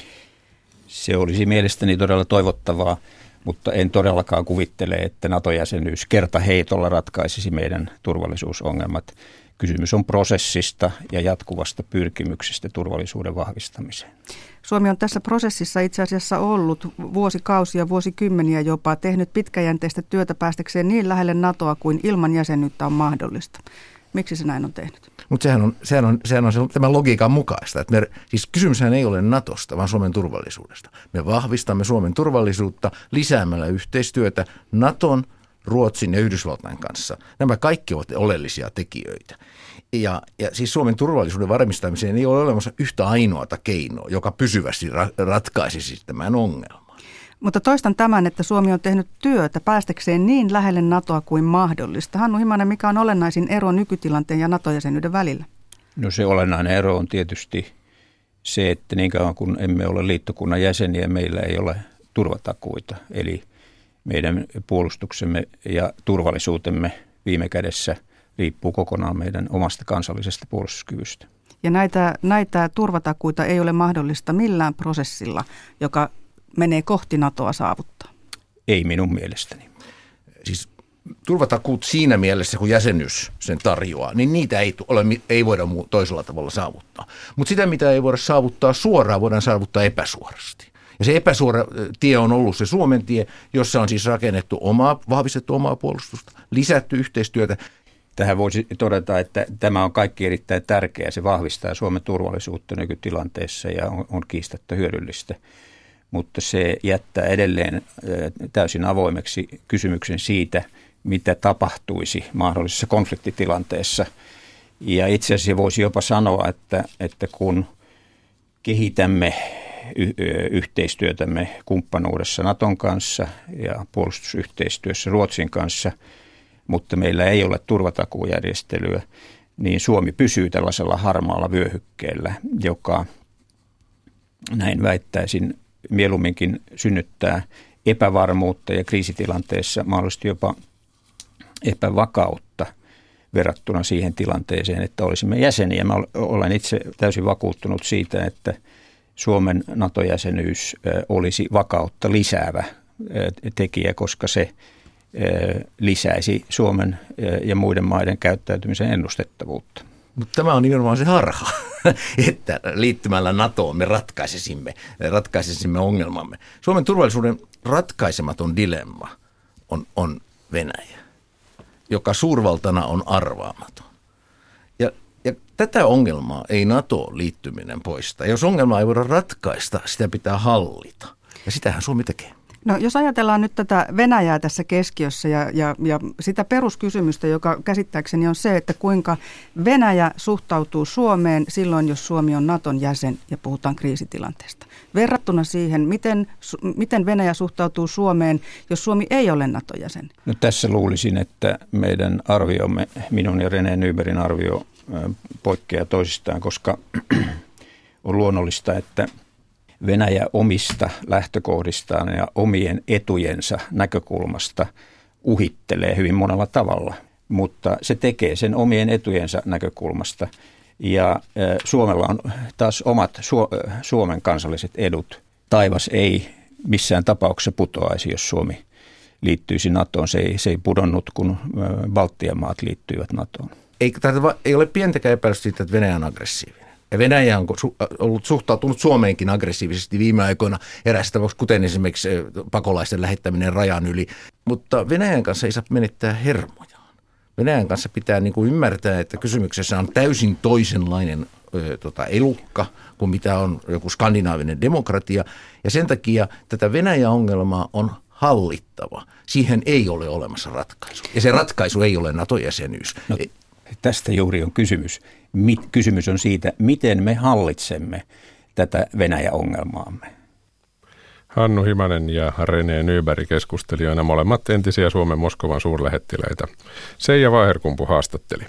Se olisi mielestäni todella toivottavaa, mutta en todellakaan kuvittele, että NATO-jäsenyys kertaheitolla ratkaisisi meidän turvallisuusongelmat. Kysymys on prosessista ja jatkuvasta pyrkimyksestä turvallisuuden vahvistamiseen. Suomi on tässä prosessissa itse asiassa ollut vuosikausia, vuosikymmeniä jopa, tehnyt pitkäjänteistä työtä päästäkseen niin lähelle NATOa kuin ilman jäsenyyttä on mahdollista. Miksi se näin on tehnyt? Mutta sehän on tämän logiikan mukaista. Että siis kysymyshän ei ole NATOsta, vaan Suomen turvallisuudesta. Me vahvistamme Suomen turvallisuutta lisäämällä yhteistyötä NATOn, Ruotsin ja Yhdysvaltain kanssa. Nämä kaikki ovat oleellisia tekijöitä. Ja siis Suomen turvallisuuden varmistamiseen ei ole olemassa yhtä ainoata keinoa, joka pysyvästi ratkaisisi tämän ongelman. Mutta toistan tämän, että Suomi on tehnyt työtä päästäkseen niin lähelle NATOa kuin mahdollista. Hannu Himanen, mikä on olennaisin ero nykytilanteen ja NATO-jäsenyyden välillä? No se olennainen ero on tietysti se, että niin kauan kun emme ole liittokunnan jäseniä, meillä ei ole turvatakuita. Eli meidän puolustuksemme ja turvallisuutemme viime kädessä riippuu kokonaan meidän omasta kansallisesta puolustuskyvystä. Ja näitä turvatakuita ei ole mahdollista millään prosessilla, joka menee kohti NATOa saavuttaa? Ei minun mielestäni. Siis turvatakuut siinä mielessä, kun jäsenyys sen tarjoaa, niin niitä ei voida toisella tavalla saavuttaa. Mutta sitä, mitä ei voida saavuttaa suoraan, voidaan saavuttaa epäsuorasti. Ja se epäsuora tie on ollut se Suomen tie, jossa on siis vahvistettu omaa puolustusta, lisätty yhteistyötä. Tähän voisi todeta, että tämä on kaikki erittäin tärkeää. Se vahvistaa Suomen turvallisuutta nykytilanteessa ja on kiistatta hyödyllistä. Mutta se jättää edelleen täysin avoimeksi kysymyksen siitä, mitä tapahtuisi mahdollisessa konfliktitilanteessa. Ja itse asiassa voisi jopa sanoa, että kun kehitämme yhteistyötämme kumppanuudessa Naton kanssa ja puolustusyhteistyössä Ruotsin kanssa, mutta meillä ei ole turvatakuujärjestelyä, niin Suomi pysyy tällaisella harmaalla vyöhykkeellä, joka näin väittäisin mieluumminkin synnyttää epävarmuutta ja kriisitilanteessa mahdollisesti jopa epävakautta verrattuna siihen tilanteeseen, että olisimme jäseniä. Mä olen itse täysin vakuuttunut siitä, että Suomen NATO-jäsenyys olisi vakautta lisäävä tekijä, koska se lisäisi Suomen ja muiden maiden käyttäytymisen ennustettavuutta. Mutta tämä on nimenomaan se harha, että liittymällä NATOon me ratkaisisimme ongelmamme. Suomen turvallisuuden ratkaisematon dilemma on Venäjä, joka suurvaltana on arvaamaton. Ja tätä ongelmaa ei NATO-liittyminen poista. Jos ongelmaa ei voida ratkaista, sitä pitää hallita. Ja sitähän Suomi tekee. No, jos ajatellaan nyt tätä Venäjää tässä keskiössä ja sitä peruskysymystä, joka käsittääkseni on se, että kuinka Venäjä suhtautuu Suomeen silloin, jos Suomi on Naton jäsen ja puhutaan kriisitilanteesta. Verrattuna siihen, miten Venäjä suhtautuu Suomeen, jos Suomi ei ole Naton jäsen. No, tässä luulisin, että meidän arviomme, minun ja René Nybergin arvio poikkeaa toisistaan, koska on luonnollista, että Venäjä omista lähtökohdistaan ja omien etujensa näkökulmasta uhittelee hyvin monella tavalla, mutta se tekee sen omien etujensa näkökulmasta. Ja Suomella on taas omat Suomen kansalliset edut. Taivas ei missään tapauksessa putoaisi, jos Suomi liittyisi NATOon. Se ei pudonnut, kun Baltian maat liittyivät NATOon. Ei ole pientäkään epäilystä siitä, että Venäjä on aggressiivinen. Ja Venäjä on ollut suhtautunut Suomeenkin aggressiivisesti viime aikoina eräissä tapauksissa, kuten esimerkiksi pakolaisten lähettäminen rajan yli. Mutta Venäjän kanssa ei saa menettää hermojaan. Venäjän kanssa pitää niin kuin ymmärtää, että kysymyksessä on täysin toisenlainen elukka kuin mitä on joku skandinaavinen demokratia. Ja sen takia tätä Venäjä-ongelmaa on hallittava. Siihen ei ole olemassa ratkaisu. Ja se ratkaisu ei ole NATO-jäsenyys. No, tästä juuri on kysymys. Kysymys on siitä, miten me hallitsemme tätä Venäjä-ongelmaamme. Hannu Himanen ja René Nyberg keskustelijoina, molemmat entisiä Suomen Moskovan suurlähettiläitä. Seija Vaiherkumpu haastatteli.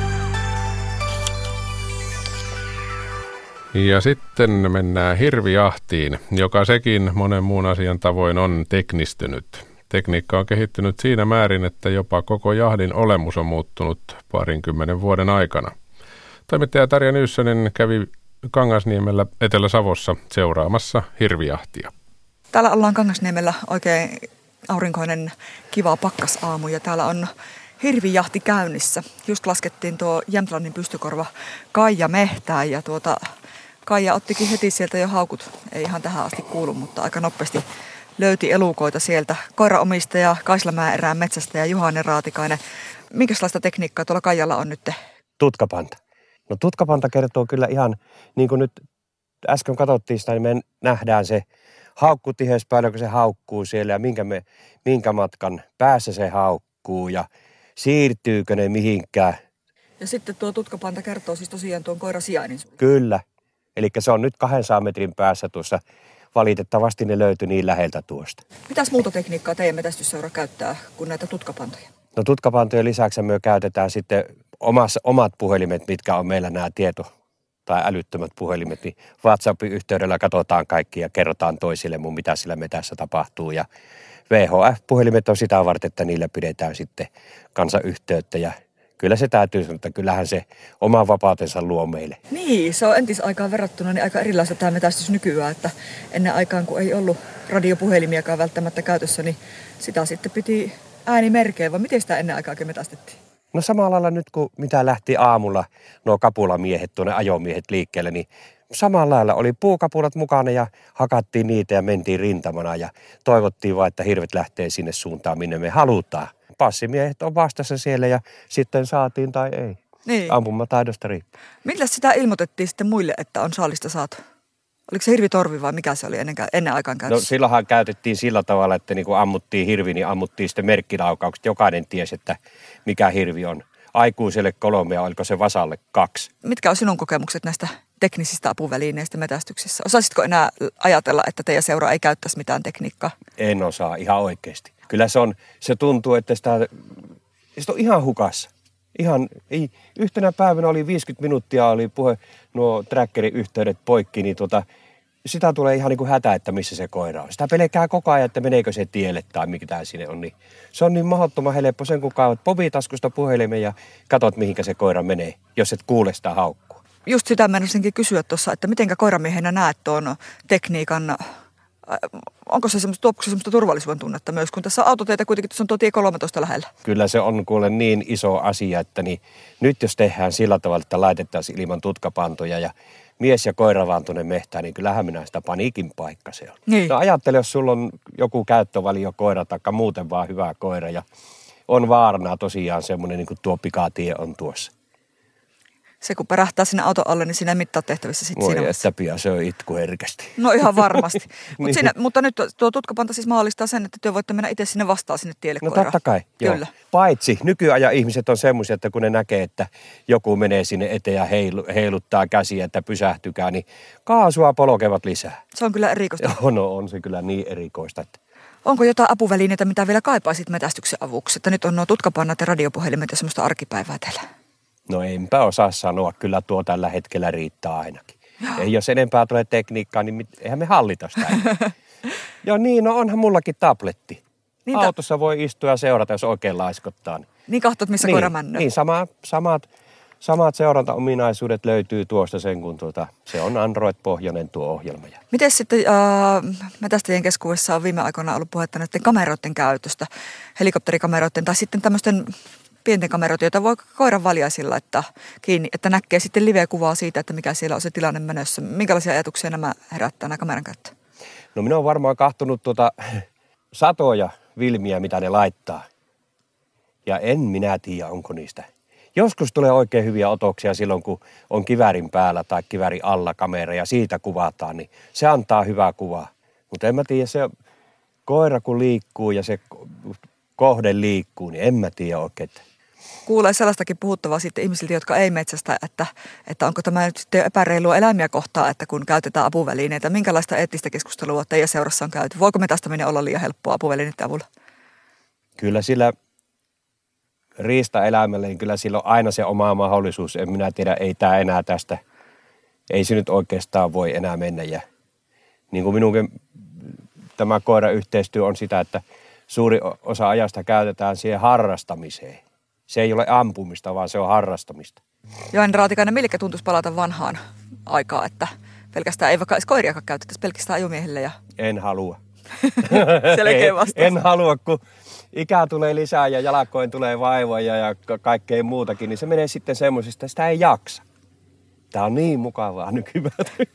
Ja sitten mennään hirvijahtiin, joka sekin monen muun asian tavoin on teknistynyt. Tekniikka on kehittynyt siinä määrin, että jopa koko jahdin olemus on muuttunut 20 vuoden aikana. Toimittaja Tarja Nyyssönen kävi Kangasniemellä Etelä-Savossa seuraamassa hirvijahtia. Täällä ollaan Kangasniemellä oikein aurinkoinen kiva pakkasaamu ja täällä on hirvijahti käynnissä. Just laskettiin tuo Jämtlannin pystykorva Kaija mehtään ja Kaija ottikin heti sieltä jo haukut. Ei ihan tähän asti kuulu, mutta aika nopeasti löyti elukoita sieltä. Koiraomistaja Kaislamäen erään metsästäjä Juhani Raatikainen. Minkälaista tekniikkaa tuolla Kaijalla on nyt? Tutkapanta. No tutkapanta kertoo kyllä ihan, niin kuin nyt äsken katsottiin sitä, niin me nähdään se haukkutiheys paljonko se haukkuu siellä ja minkä matkan päässä se haukkuu ja siirtyykö ne mihinkään. Ja sitten tuo tutkapanta kertoo siis tosiaan tuon koiran sijainnin. Kyllä. Eli se on nyt 200 metrin päässä tuossa. Valitettavasti ne löytyi niin läheltä tuosta. Mitäs muuta tekniikkaa teidän metsästysseura käyttää kuin näitä tutkapantoja? No tutkapantojen lisäksi me käytetään sitten omat puhelimet, mitkä on meillä nämä tai älyttömät puhelimet, niin WhatsAppin yhteydellä katsotaan kaikki ja kerrotaan toisille mitä sillä metässä tapahtuu. Ja VHF-puhelimet on sitä varten, että niillä pidetään sitten kansayhteyttä ja kyllä se täytyy sanoa, että kyllähän se oman vapautensa luo meille. Niin, se on entisaikaan verrattuna niin aika erilaista tämä metästys nykyään, että ennen aikaan kun ei ollut radiopuhelimiakaan välttämättä käytössä, niin sitä sitten piti äänimerkeä, vai miten sitä ennen aikaakin metästettiin? No samalla lailla nyt kun mitä lähti aamulla nuo kapulamiehet, tuonne ajomiehet liikkeelle, niin samalla lailla oli puukapulat mukana ja hakattiin niitä ja mentiin rintamana ja toivottiin vaan, että hirvet lähtee sinne suuntaan, minne me halutaan. Passimiehet on vastassa siellä ja sitten saatiin tai ei. Niin. Ampumataidosta riippuu. Millä sitä ilmoitettiin sitten muille, että on saalista saatu? Oliko se hirvitorvi vai mikä se oli ennen aikaan käytössä? No silloinhan käytettiin sillä tavalla, että niin kun ammuttiin hirvi, niin ammuttiin sitten merkkilaukaukset. Jokainen tiesi, että mikä hirvi on. Aikuiselle 3 ja oliko se vasalle 2. Mitkä on sinun kokemukset näistä teknisistä apuvälineistä metästyksessä? Osaisitko enää ajatella, että teidän seura ei käyttäisi mitään tekniikkaa? En osaa ihan oikeasti. Kyllä se tuntuu, että sitä on ihan hukassa. Ei, yhtenä päivänä oli 50 minuuttia, oli nuo trackerin yhteydet poikki, niin sitä tulee ihan niin kuin hätä, että missä se koira on. Sitä pelkää koko ajan, että meneekö se tielle tai mikä sinne on. Niin se on niin mahdottoman helppo sen, kun kaivat povitaskusta puhelimen ja katot, mihinkä se koira menee, jos et kuule sitä haukkua. Just sitä menisinkin kysyä tuossa, että mitenkä koiramiehenä näet tuon tekniikan. Onko se tuopuuko se semmoista turvallisuuden tunnetta myös, kun tässä autoteitä kuitenkin tuossa on tuo tie 13 lähellä? Kyllä se on kuule niin iso asia, että nyt jos tehdään sillä tavalla, että laitettaisiin ilman tutkapantoja ja mies ja koira vaan tuonne mehtään, niin kyllähän minä sitä paniikin paikka se on. Niin. No ajattele, jos sulla on joku käyttövalio koira tai muuten vaan hyvä koira ja on vaarana tosiaan semmoinen niin kuin tuo pikatie on tuossa. Se kun pärähtää sinne auton alle, niin siinä ei mitään tehtävissä sitten siinä. Voi että pian se on itku herkästi. No ihan varmasti. Niin. Mutta nyt tuo tutkapanta siis mahdollistaa sen, että te voitte mennä itse sinne vastaan sinne tielle No koiraan. totta kai, joo. Kyllä. Paitsi nykyajan ihmiset on semmoisia, että kun ne näkee, että joku menee sinne eteen ja heiluttaa käsiä, että pysähtykää, niin kaasua polkevat lisää. Se on kyllä erikoista. Joo, no on se kyllä niin erikoista. Että... Onko jotain apuvälineitä, mitä vielä kaipaisit metästyksen avuksi? Että nyt on nuo tutkapannat ja radiopuhelimet ja semmoista arkipäivää teillä. No enpä osaa sanoa, kyllä tuo tällä hetkellä riittää ainakin. Ei, jos enempää tulee tekniikkaa, niin eihän me hallita sitä. Joo niin, no onhan mullakin tabletti. Niin autossa voi istua ja seurata, jos oikein laiskottaa. Niin katsot, missä koira männöö. Niin, samat seurantaominaisuudet löytyy tuosta sen, kun se on Android-pohjainen tuo ohjelma. Miten sitten metästäjien keskuudessa on viime aikoina ollut puhetta näiden kameroiden käytöstä, helikopterikameroiden tai sitten tämmöisten pienten kameroita, joita voi koiran valjaisilla laittaa kiinni, että näkee sitten live-kuvaa siitä, että mikä siellä on se tilanne menossa. Minkälaisia ajatuksia nämä herättää, nämä kameran käyttö? No minä olen varmaan kahtonut satoja filmiä, mitä ne laittaa. Ja en minä tiedä, onko niistä. Joskus tulee oikein hyviä otoksia silloin, kun on kiväärin päällä tai kiväärin alla kamera ja siitä kuvataan, niin se antaa hyvää kuvaa. Mutta en mä tiedä, se koira kun liikkuu ja se kohde liikkuu, niin en mä tiedä oikein. Kuulee sellaistakin puhuttavaa sitten ihmisiltä, jotka ei metsästä, että onko tämä nyt sitten epäreilua eläimiä kohtaan, että kun käytetään apuvälineitä. Minkälaista eettistä keskustelua teidän seurassa on käyty? Voiko metästäminen olla liian helppoa apuvälineiden avulla? Kyllä sillä riistaeläimelle, niin kyllä sillä on aina se oma mahdollisuus. En minä tiedä, ei tämä enää tästä, ei se nyt oikeastaan voi enää mennä. Ja niin kuin minunkin tämä koirayhteistyö on sitä, että suuri osa ajasta käytetään siihen harrastamiseen. Se ei ole ampumista, vaan se on harrastamista. Johannes Raatikainen, millekä tuntuisi palata vanhaan aikaan, että pelkästään ei vaikka edes koiriakaan käytettäisi, pelkästään ajomiehille? Ja... En halua. Selkeä vastaus. En halua, kun ikää tulee lisää ja jalkoin tulee vaivoja ja kaikkea muutakin, niin se menee sitten semmoisesta, että sitä ei jaksa. Tämä on niin mukavaa nykypäivänä.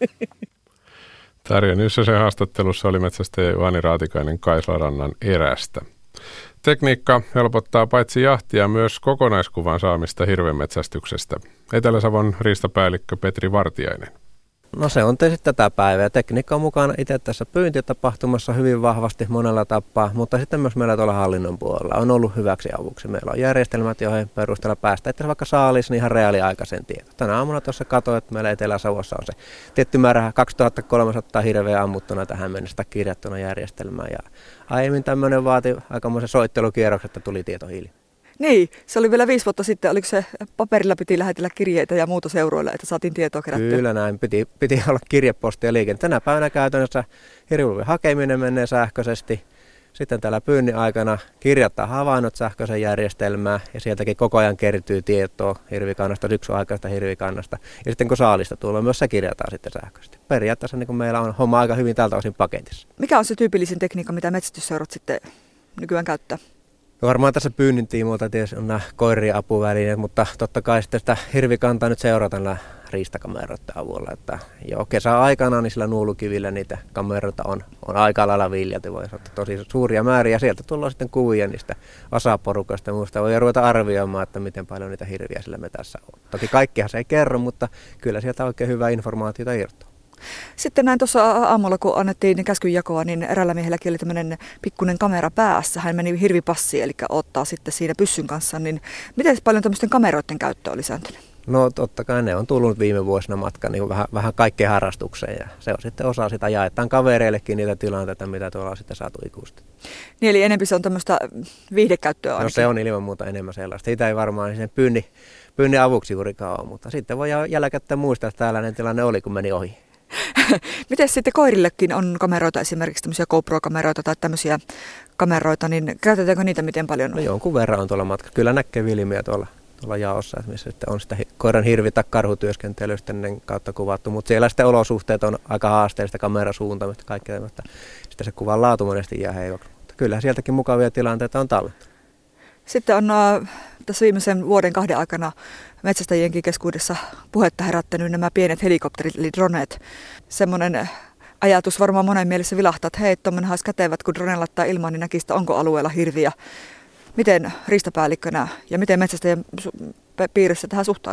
Tarja Nyssäsen haastattelussa oli metsästäjä Juhani Raatikainen Kaislarannan erästä. Tekniikka helpottaa paitsi jahtia myös kokonaiskuvan saamista hirvenmetsästyksestä. Etelä-Savon riistapäällikkö Petri Vartiainen. No se on tietysti tätä päivää. Tekniikka on mukana itse tässä pyyntitapahtumassa hyvin vahvasti monella tapaa, mutta sitten myös meillä tuolla hallinnon puolella on ollut hyväksi avuksi. Meillä on järjestelmät, joihin perusteella päästä, että vaikka saalisi niin ihan reaaliaikaisen tieto. Tänä aamuna tuossa katsoin, että meillä Etelä-Savossa on se tietty määrä 2300 hirveä ammuttuna tähän mennessä kirjattuna järjestelmään. Ja aiemmin tämmöinen vaati aikamoisen soittelukierroksen, että tuli tietohiili. Niin, se oli vielä 5 vuotta sitten. Oliko se paperilla piti lähetellä kirjeitä ja muuta seuroilla, että saatiin tietoa kerättyä? Kyllä näin, piti olla kirjepostia ja liikenne. Tänä päivänä käytännössä hirviluiden hakeminen menee sähköisesti. Sitten täällä pyynnin aikana kirjataan havainnot sähköisen järjestelmään ja sieltäkin koko ajan kertyy tietoa hirvikannasta, syksynaikaista hirvikannasta. Ja sitten kun saalista tulee, myös se kirjataan sitten sähköisesti. Periaatteessa niin meillä on homma aika hyvin tältä osin paketissa. Mikä on se tyypillisin tekniikka, mitä metsästysseurat sitten nykyään käyttää? Varmaan tässä pyynnin tiimoilta tietysti on nämä koirien apuvälineet, mutta totta kai sitten sitä hirvikantaa nyt seurataan tällä riistakameroiden avulla. Että jo kesäaikana niin sillä nuulukivillä niitä kameroita on aika lailla viljelty. Voi sanoa, tosi suuria määriä. Sieltä tulee sitten kuvia niistä asaporukasta ja muusta. Voi ruveta arvioimaan, että miten paljon niitä hirviä sillä metässä on. Toki kaikkihan se ei kerro, mutta kyllä sieltä oikein hyvää informaatiota irtoaa. Sitten näin tuossa aamulla, kun annettiin käskynjakoa, niin eräällä miehelläkin oli tämmöinen pikkuinen kamera päässä. Hän meni hirvipassiin, eli ottaa sitten siinä pyssyn kanssa. Niin miten paljon tämmöisten kameroiden käyttö oli lisääntynyt? No totta kai ne on tullut viime vuosina matkaan niin vähän kaikkeen harrastukseen. Ja se on sitten osa sitä, jaetaan kavereillekin niitä tilanteita, mitä tuolla on sitten saatu ikuisesti. Niin eli enemmän se on tämmöistä viihdekäyttöä ainakin? No se on ilman muuta enemmän sellaista. Siitä ei varmaan sen pyynnin avuksi juurikaan ole, mutta sitten voi jälkikäteen muistaa, että tällainen tilanne oli, kun meni ohi. Miten sitten koirillekin on kameroita, esimerkiksi tämmöisiä GoPro-kameroita tai tämmöisiä kameroita, niin käytetäänkö niitä miten paljon? No jonkun verran on tuolla matkalla. Kyllä näkee vilmiä tuolla jaossa, missä sitten on sitä koiran hirvi- tai karhutyöskentelystä kautta kuvattu, mutta siellä sitten olosuhteet on aika haasteellista, kamerasuuntaamista, kaikkea tämmöistä. Sitten se kuvan laatu monesti jää heikoksi, mutta kyllähän sieltäkin mukavia tilanteita on tallentunut. Sitten on tässä viimeisen vuoden 2 aikana metsästäjienkin keskuudessa puhetta herättänyt nämä pienet helikopterit, eli droneet. Semmoinen ajatus varmaan monen mielessä vilahtaa, että hei, tuommoinen olisi kätevät, kun drone laittaa ilmaan, niin näkisi, onko alueella hirviä. Miten riistapäällikkönä ja miten metsästäjien piirissä tähän suhtaudutaan?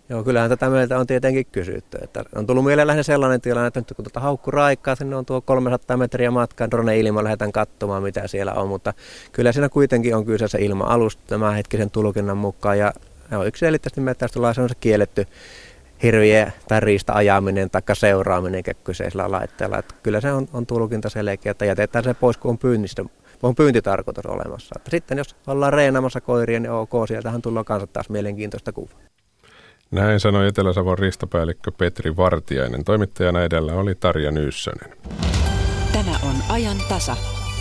Joo, kyllähän tätä meiltä on tietenkin kysytty. Että on tullut mieleen lähinnä sellainen tilanne, että nyt kun Haukkuraikkaa, sinne on tuo 300 metriä matkaa, drone-ilma lähdetään katsomaan, mitä siellä on. Mutta kyllä siinä kuitenkin on kyseessä ilma-alus tämän hetkisen tulkinnan mukaan. Ja on yksiselitteisesti metsästyslaissa on se kielletty hirviä tai riista ajaminen tai seuraaminen kyseisellä laitteella. Että kyllä se on tulkinta selkeä, että jätetään se pois, kun on pyyntitarkoitus olemassa. Että sitten jos ollaan reenaamassa koiria, niin ok, sieltähän tulee kanssa taas mielenkiintoista kuvaa. Näin sanoi Etelä-Savon riistapäällikkö Petri Vartiainen. Toimittajana edellä oli Tarja Nyyssönen. Tämä on ajan tasa.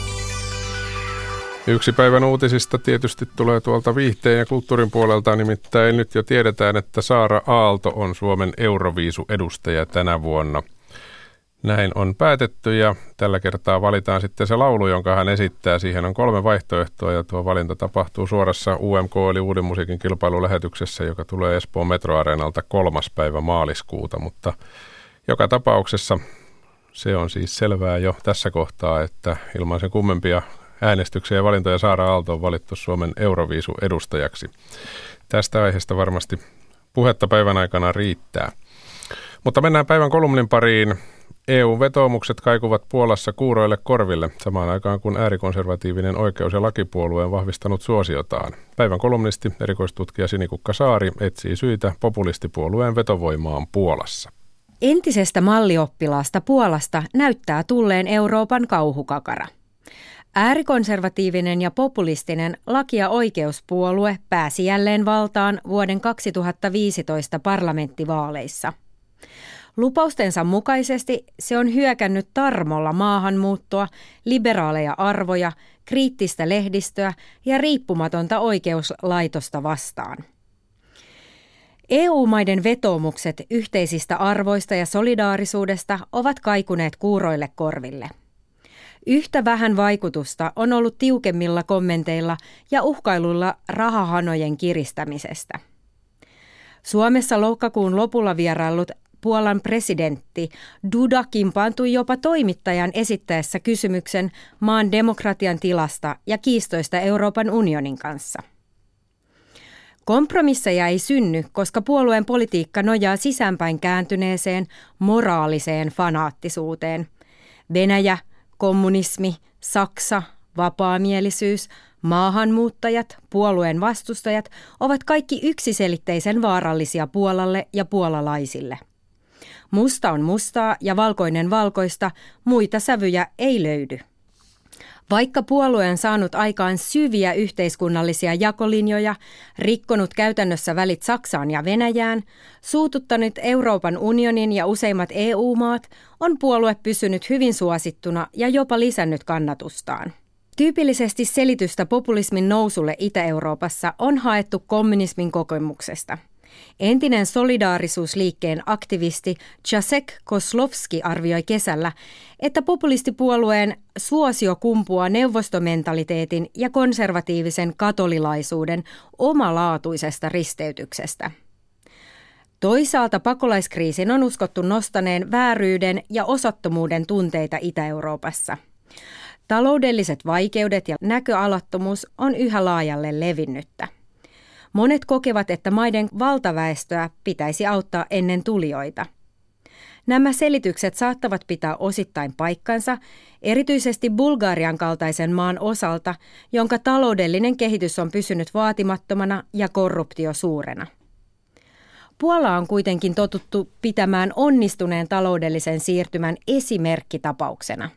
Yksi päivän uutisista tietysti tulee tuolta viihteen ja kulttuurin puolelta, nimittäin nyt jo tiedetään, että Saara Aalto on Suomen Euroviisu-edustaja tänä vuonna. Näin on päätetty ja tällä kertaa valitaan sitten se laulu, jonka hän esittää. Siihen on 3 vaihtoehtoa ja tuo valinta tapahtuu suorassa UMK eli Uuden musiikin kilpailulähetyksessä, joka tulee Espoon Metroareenalta 3. päivä maaliskuuta. Mutta joka tapauksessa se on siis selvää jo tässä kohtaa, että ilman sen kummempia äänestyksiä ja valintoja Saara Aalto on valittu Suomen Euroviisu-edustajaksi. Tästä aiheesta varmasti puhetta päivän aikana riittää. Mutta mennään päivän kolumnin pariin. EU-vetoomukset kaikuvat Puolassa kuuroille korville, samaan aikaan kun äärikonservatiivinen oikeus- ja lakipuolue on vahvistanut suosiotaan. Päivän kolumnisti, erikoistutkija Sinikukka Saari, etsii syitä populistipuolueen vetovoimaan Puolassa. Entisestä mallioppilaasta Puolasta näyttää tulleen Euroopan kauhukakara. Äärikonservatiivinen ja populistinen laki- ja oikeuspuolue pääsi jälleen valtaan vuoden 2015 parlamenttivaaleissa. Lupaustensa mukaisesti se on hyökännyt tarmolla maahanmuuttoa, liberaaleja arvoja, kriittistä lehdistöä ja riippumatonta oikeuslaitosta vastaan. EU-maiden vetoomukset yhteisistä arvoista ja solidaarisuudesta ovat kaikuneet kuuroille korville. Yhtä vähän vaikutusta on ollut tiukemmilla kommenteilla ja uhkailuilla rahahanojen kiristämisestä. Suomessa lokakuun lopulla vieraillut Puolan presidentti Duda kimpaantui jopa toimittajan esittäessä kysymyksen maan demokratian tilasta ja kiistoista Euroopan unionin kanssa. Kompromisseja ei synny, koska puolueen politiikka nojaa sisäänpäin kääntyneeseen moraaliseen fanaattisuuteen. Venäjä, kommunismi, Saksa, vapaamielisyys, maahanmuuttajat, puolueen vastustajat ovat kaikki yksiselitteisen vaarallisia Puolalle ja puolalaisille. Musta on mustaa ja valkoinen valkoista, muita sävyjä ei löydy. Vaikka puolue on saanut aikaan syviä yhteiskunnallisia jakolinjoja, rikkonut käytännössä välit Saksaan ja Venäjään, suututtanut Euroopan unionin ja useimmat EU-maat, on puolue pysynyt hyvin suosittuna ja jopa lisännyt kannatustaan. Tyypillisesti selitystä populismin nousulle Itä-Euroopassa on haettu kommunismin kokemuksesta. Entinen solidaarisuusliikkeen aktivisti Jacek Kozłowski arvioi kesällä, että populistipuolueen suosio kumpuaa neuvostomentaliteetin ja konservatiivisen katolilaisuuden omalaatuisesta risteytyksestä. Toisaalta pakolaiskriisin on uskottu nostaneen vääryyden ja osattomuuden tunteita Itä-Euroopassa. Taloudelliset vaikeudet ja näköalattomuus on yhä laajalle levinnyttä. Monet kokevat, että maiden valtaväestöä pitäisi auttaa ennen tulijoita. Nämä selitykset saattavat pitää osittain paikkansa, erityisesti Bulgarian kaltaisen maan osalta, jonka taloudellinen kehitys on pysynyt vaatimattomana ja korruptio suurena. Puola on kuitenkin totuttu pitämään onnistuneen taloudellisen siirtymän esimerkkitapauksena.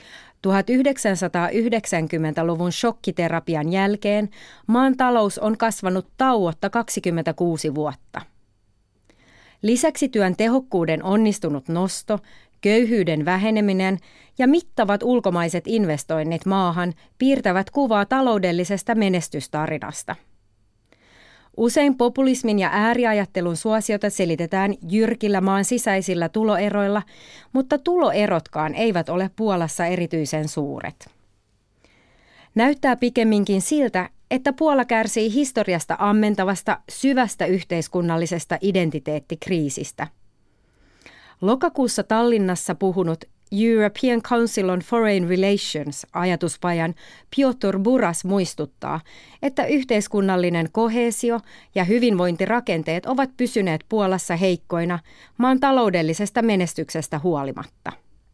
1990-luvun shokkiterapian jälkeen maan talous on kasvanut tauotta 26 vuotta. Lisäksi työn tehokkuuden onnistunut nosto, köyhyyden väheneminen ja mittavat ulkomaiset investoinnit maahan piirtävät kuvaa taloudellisesta menestystarinasta. Usein populismin ja ääriajattelun suosiota selitetään jyrkillä maan sisäisillä tuloeroilla, mutta tuloerotkaan eivät ole Puolassa erityisen suuret. Näyttää pikemminkin siltä, että Puola kärsii historiasta ammentavasta syvästä yhteiskunnallisesta identiteettikriisistä. Lokakuussa Tallinnassa puhunut European Council on Foreign Relations -ajatuspajan Piotr Buras muistuttaa, että yhteiskunnallinen koheesio ja hyvinvointirakenteet ovat pysyneet Puolassa heikkoina maan taloudellisesta menestyksestä huolimatta.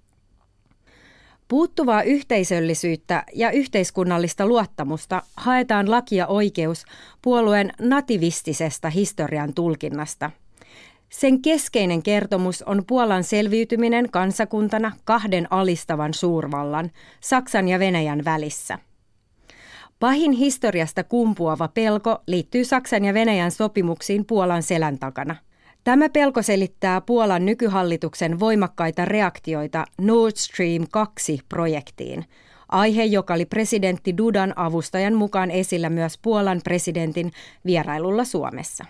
Puuttuvaa yhteisöllisyyttä ja yhteiskunnallista luottamusta haetaan laki ja oikeus puolueen nativistisesta historian tulkinnasta. Sen keskeinen kertomus on Puolan selviytyminen kansakuntana kahden alistavan suurvallan, Saksan ja Venäjän välissä. Pahin historiasta kumpuava pelko liittyy Saksan ja Venäjän sopimuksiin Puolan selän takana. Tämä pelko selittää Puolan nykyhallituksen voimakkaita reaktioita Nord Stream 2-projektiin, aihe, joka oli presidentti Dudan avustajan mukaan esillä myös Puolan presidentin vierailulla Suomessa.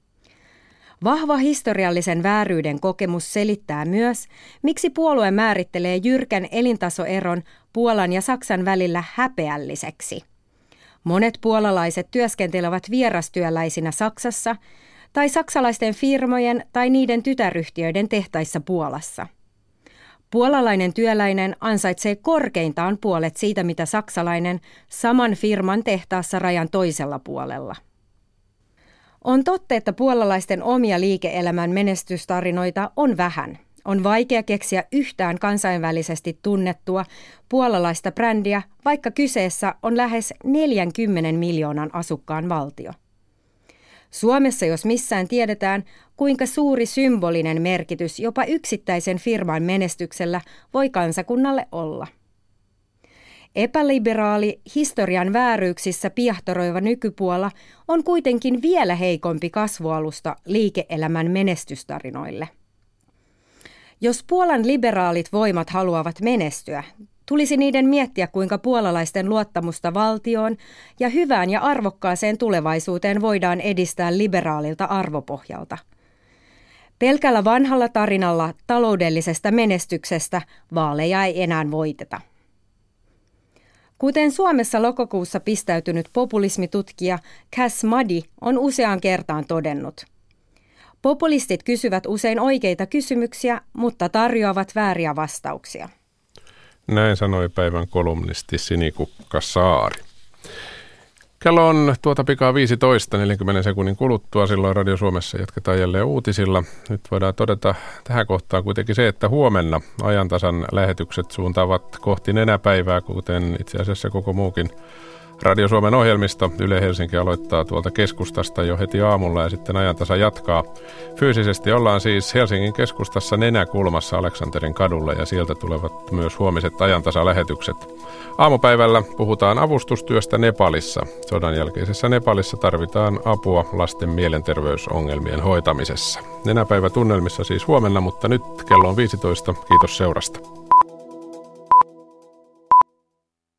Vahva historiallisen vääryyden kokemus selittää myös, miksi puolue määrittelee jyrkän elintasoeron Puolan ja Saksan välillä häpeälliseksi. Monet puolalaiset työskentelevät vierastyöläisinä Saksassa tai saksalaisten firmojen tai niiden tytäryhtiöiden tehtaissa Puolassa. Puolalainen työläinen ansaitsee korkeintaan puolet siitä, mitä saksalainen saman firman tehtaassa rajan toisella puolella. On totta, että puolalaisten omia liike-elämän menestystarinoita on vähän. On vaikea keksiä yhtään kansainvälisesti tunnettua puolalaista brändiä, vaikka kyseessä on lähes 40 miljoonan asukkaan valtio. Suomessa jos missään tiedetään, kuinka suuri symbolinen merkitys jopa yksittäisen firman menestyksellä voi kansakunnalle olla. Epäliberaali, historian vääryyksissä piahtoroiva nykypuola on kuitenkin vielä heikompi kasvualusta liike-elämän menestystarinoille. Jos Puolan liberaalit voimat haluavat menestyä, tulisi niiden miettiä, kuinka puolalaisten luottamusta valtioon ja hyvään ja arvokkaaseen tulevaisuuteen voidaan edistää liberaalilta arvopohjalta. Pelkällä vanhalla tarinalla taloudellisesta menestyksestä vaaleja ei enää voiteta. Kuten Suomessa lokakuussa pistäytynyt populismitutkija Cass Muddy on useaan kertaan todennut. Populistit kysyvät usein oikeita kysymyksiä, mutta tarjoavat vääriä vastauksia. Näin sanoi päivän kolumnisti Sinikukka Saari. Kello on tuota pikaa 15, 40 sekunnin kuluttua. Silloin Radio Suomessa jatketaan jälleen uutisilla. Nyt voidaan todeta tähän kohtaan kuitenkin se, että huomenna ajantasan lähetykset suuntaavat kohti nenäpäivää, kuten itse asiassa koko muukin Radio Suomen ohjelmisto. Yle Helsinki aloittaa tuolta keskustasta jo heti aamulla ja sitten ajantasa jatkaa. Fyysisesti ollaan siis Helsingin keskustassa nenäkulmassa Aleksanterin kadulla ja sieltä tulevat myös huomiset ajantasa-lähetykset. Aamupäivällä puhutaan avustustyöstä Nepalissa. Sodan jälkeisessä Nepalissa tarvitaan apua lasten mielenterveysongelmien hoitamisessa. Nenäpäivä tunnelmissa siis huomenna, mutta nyt kello on 15. Kiitos seurasta.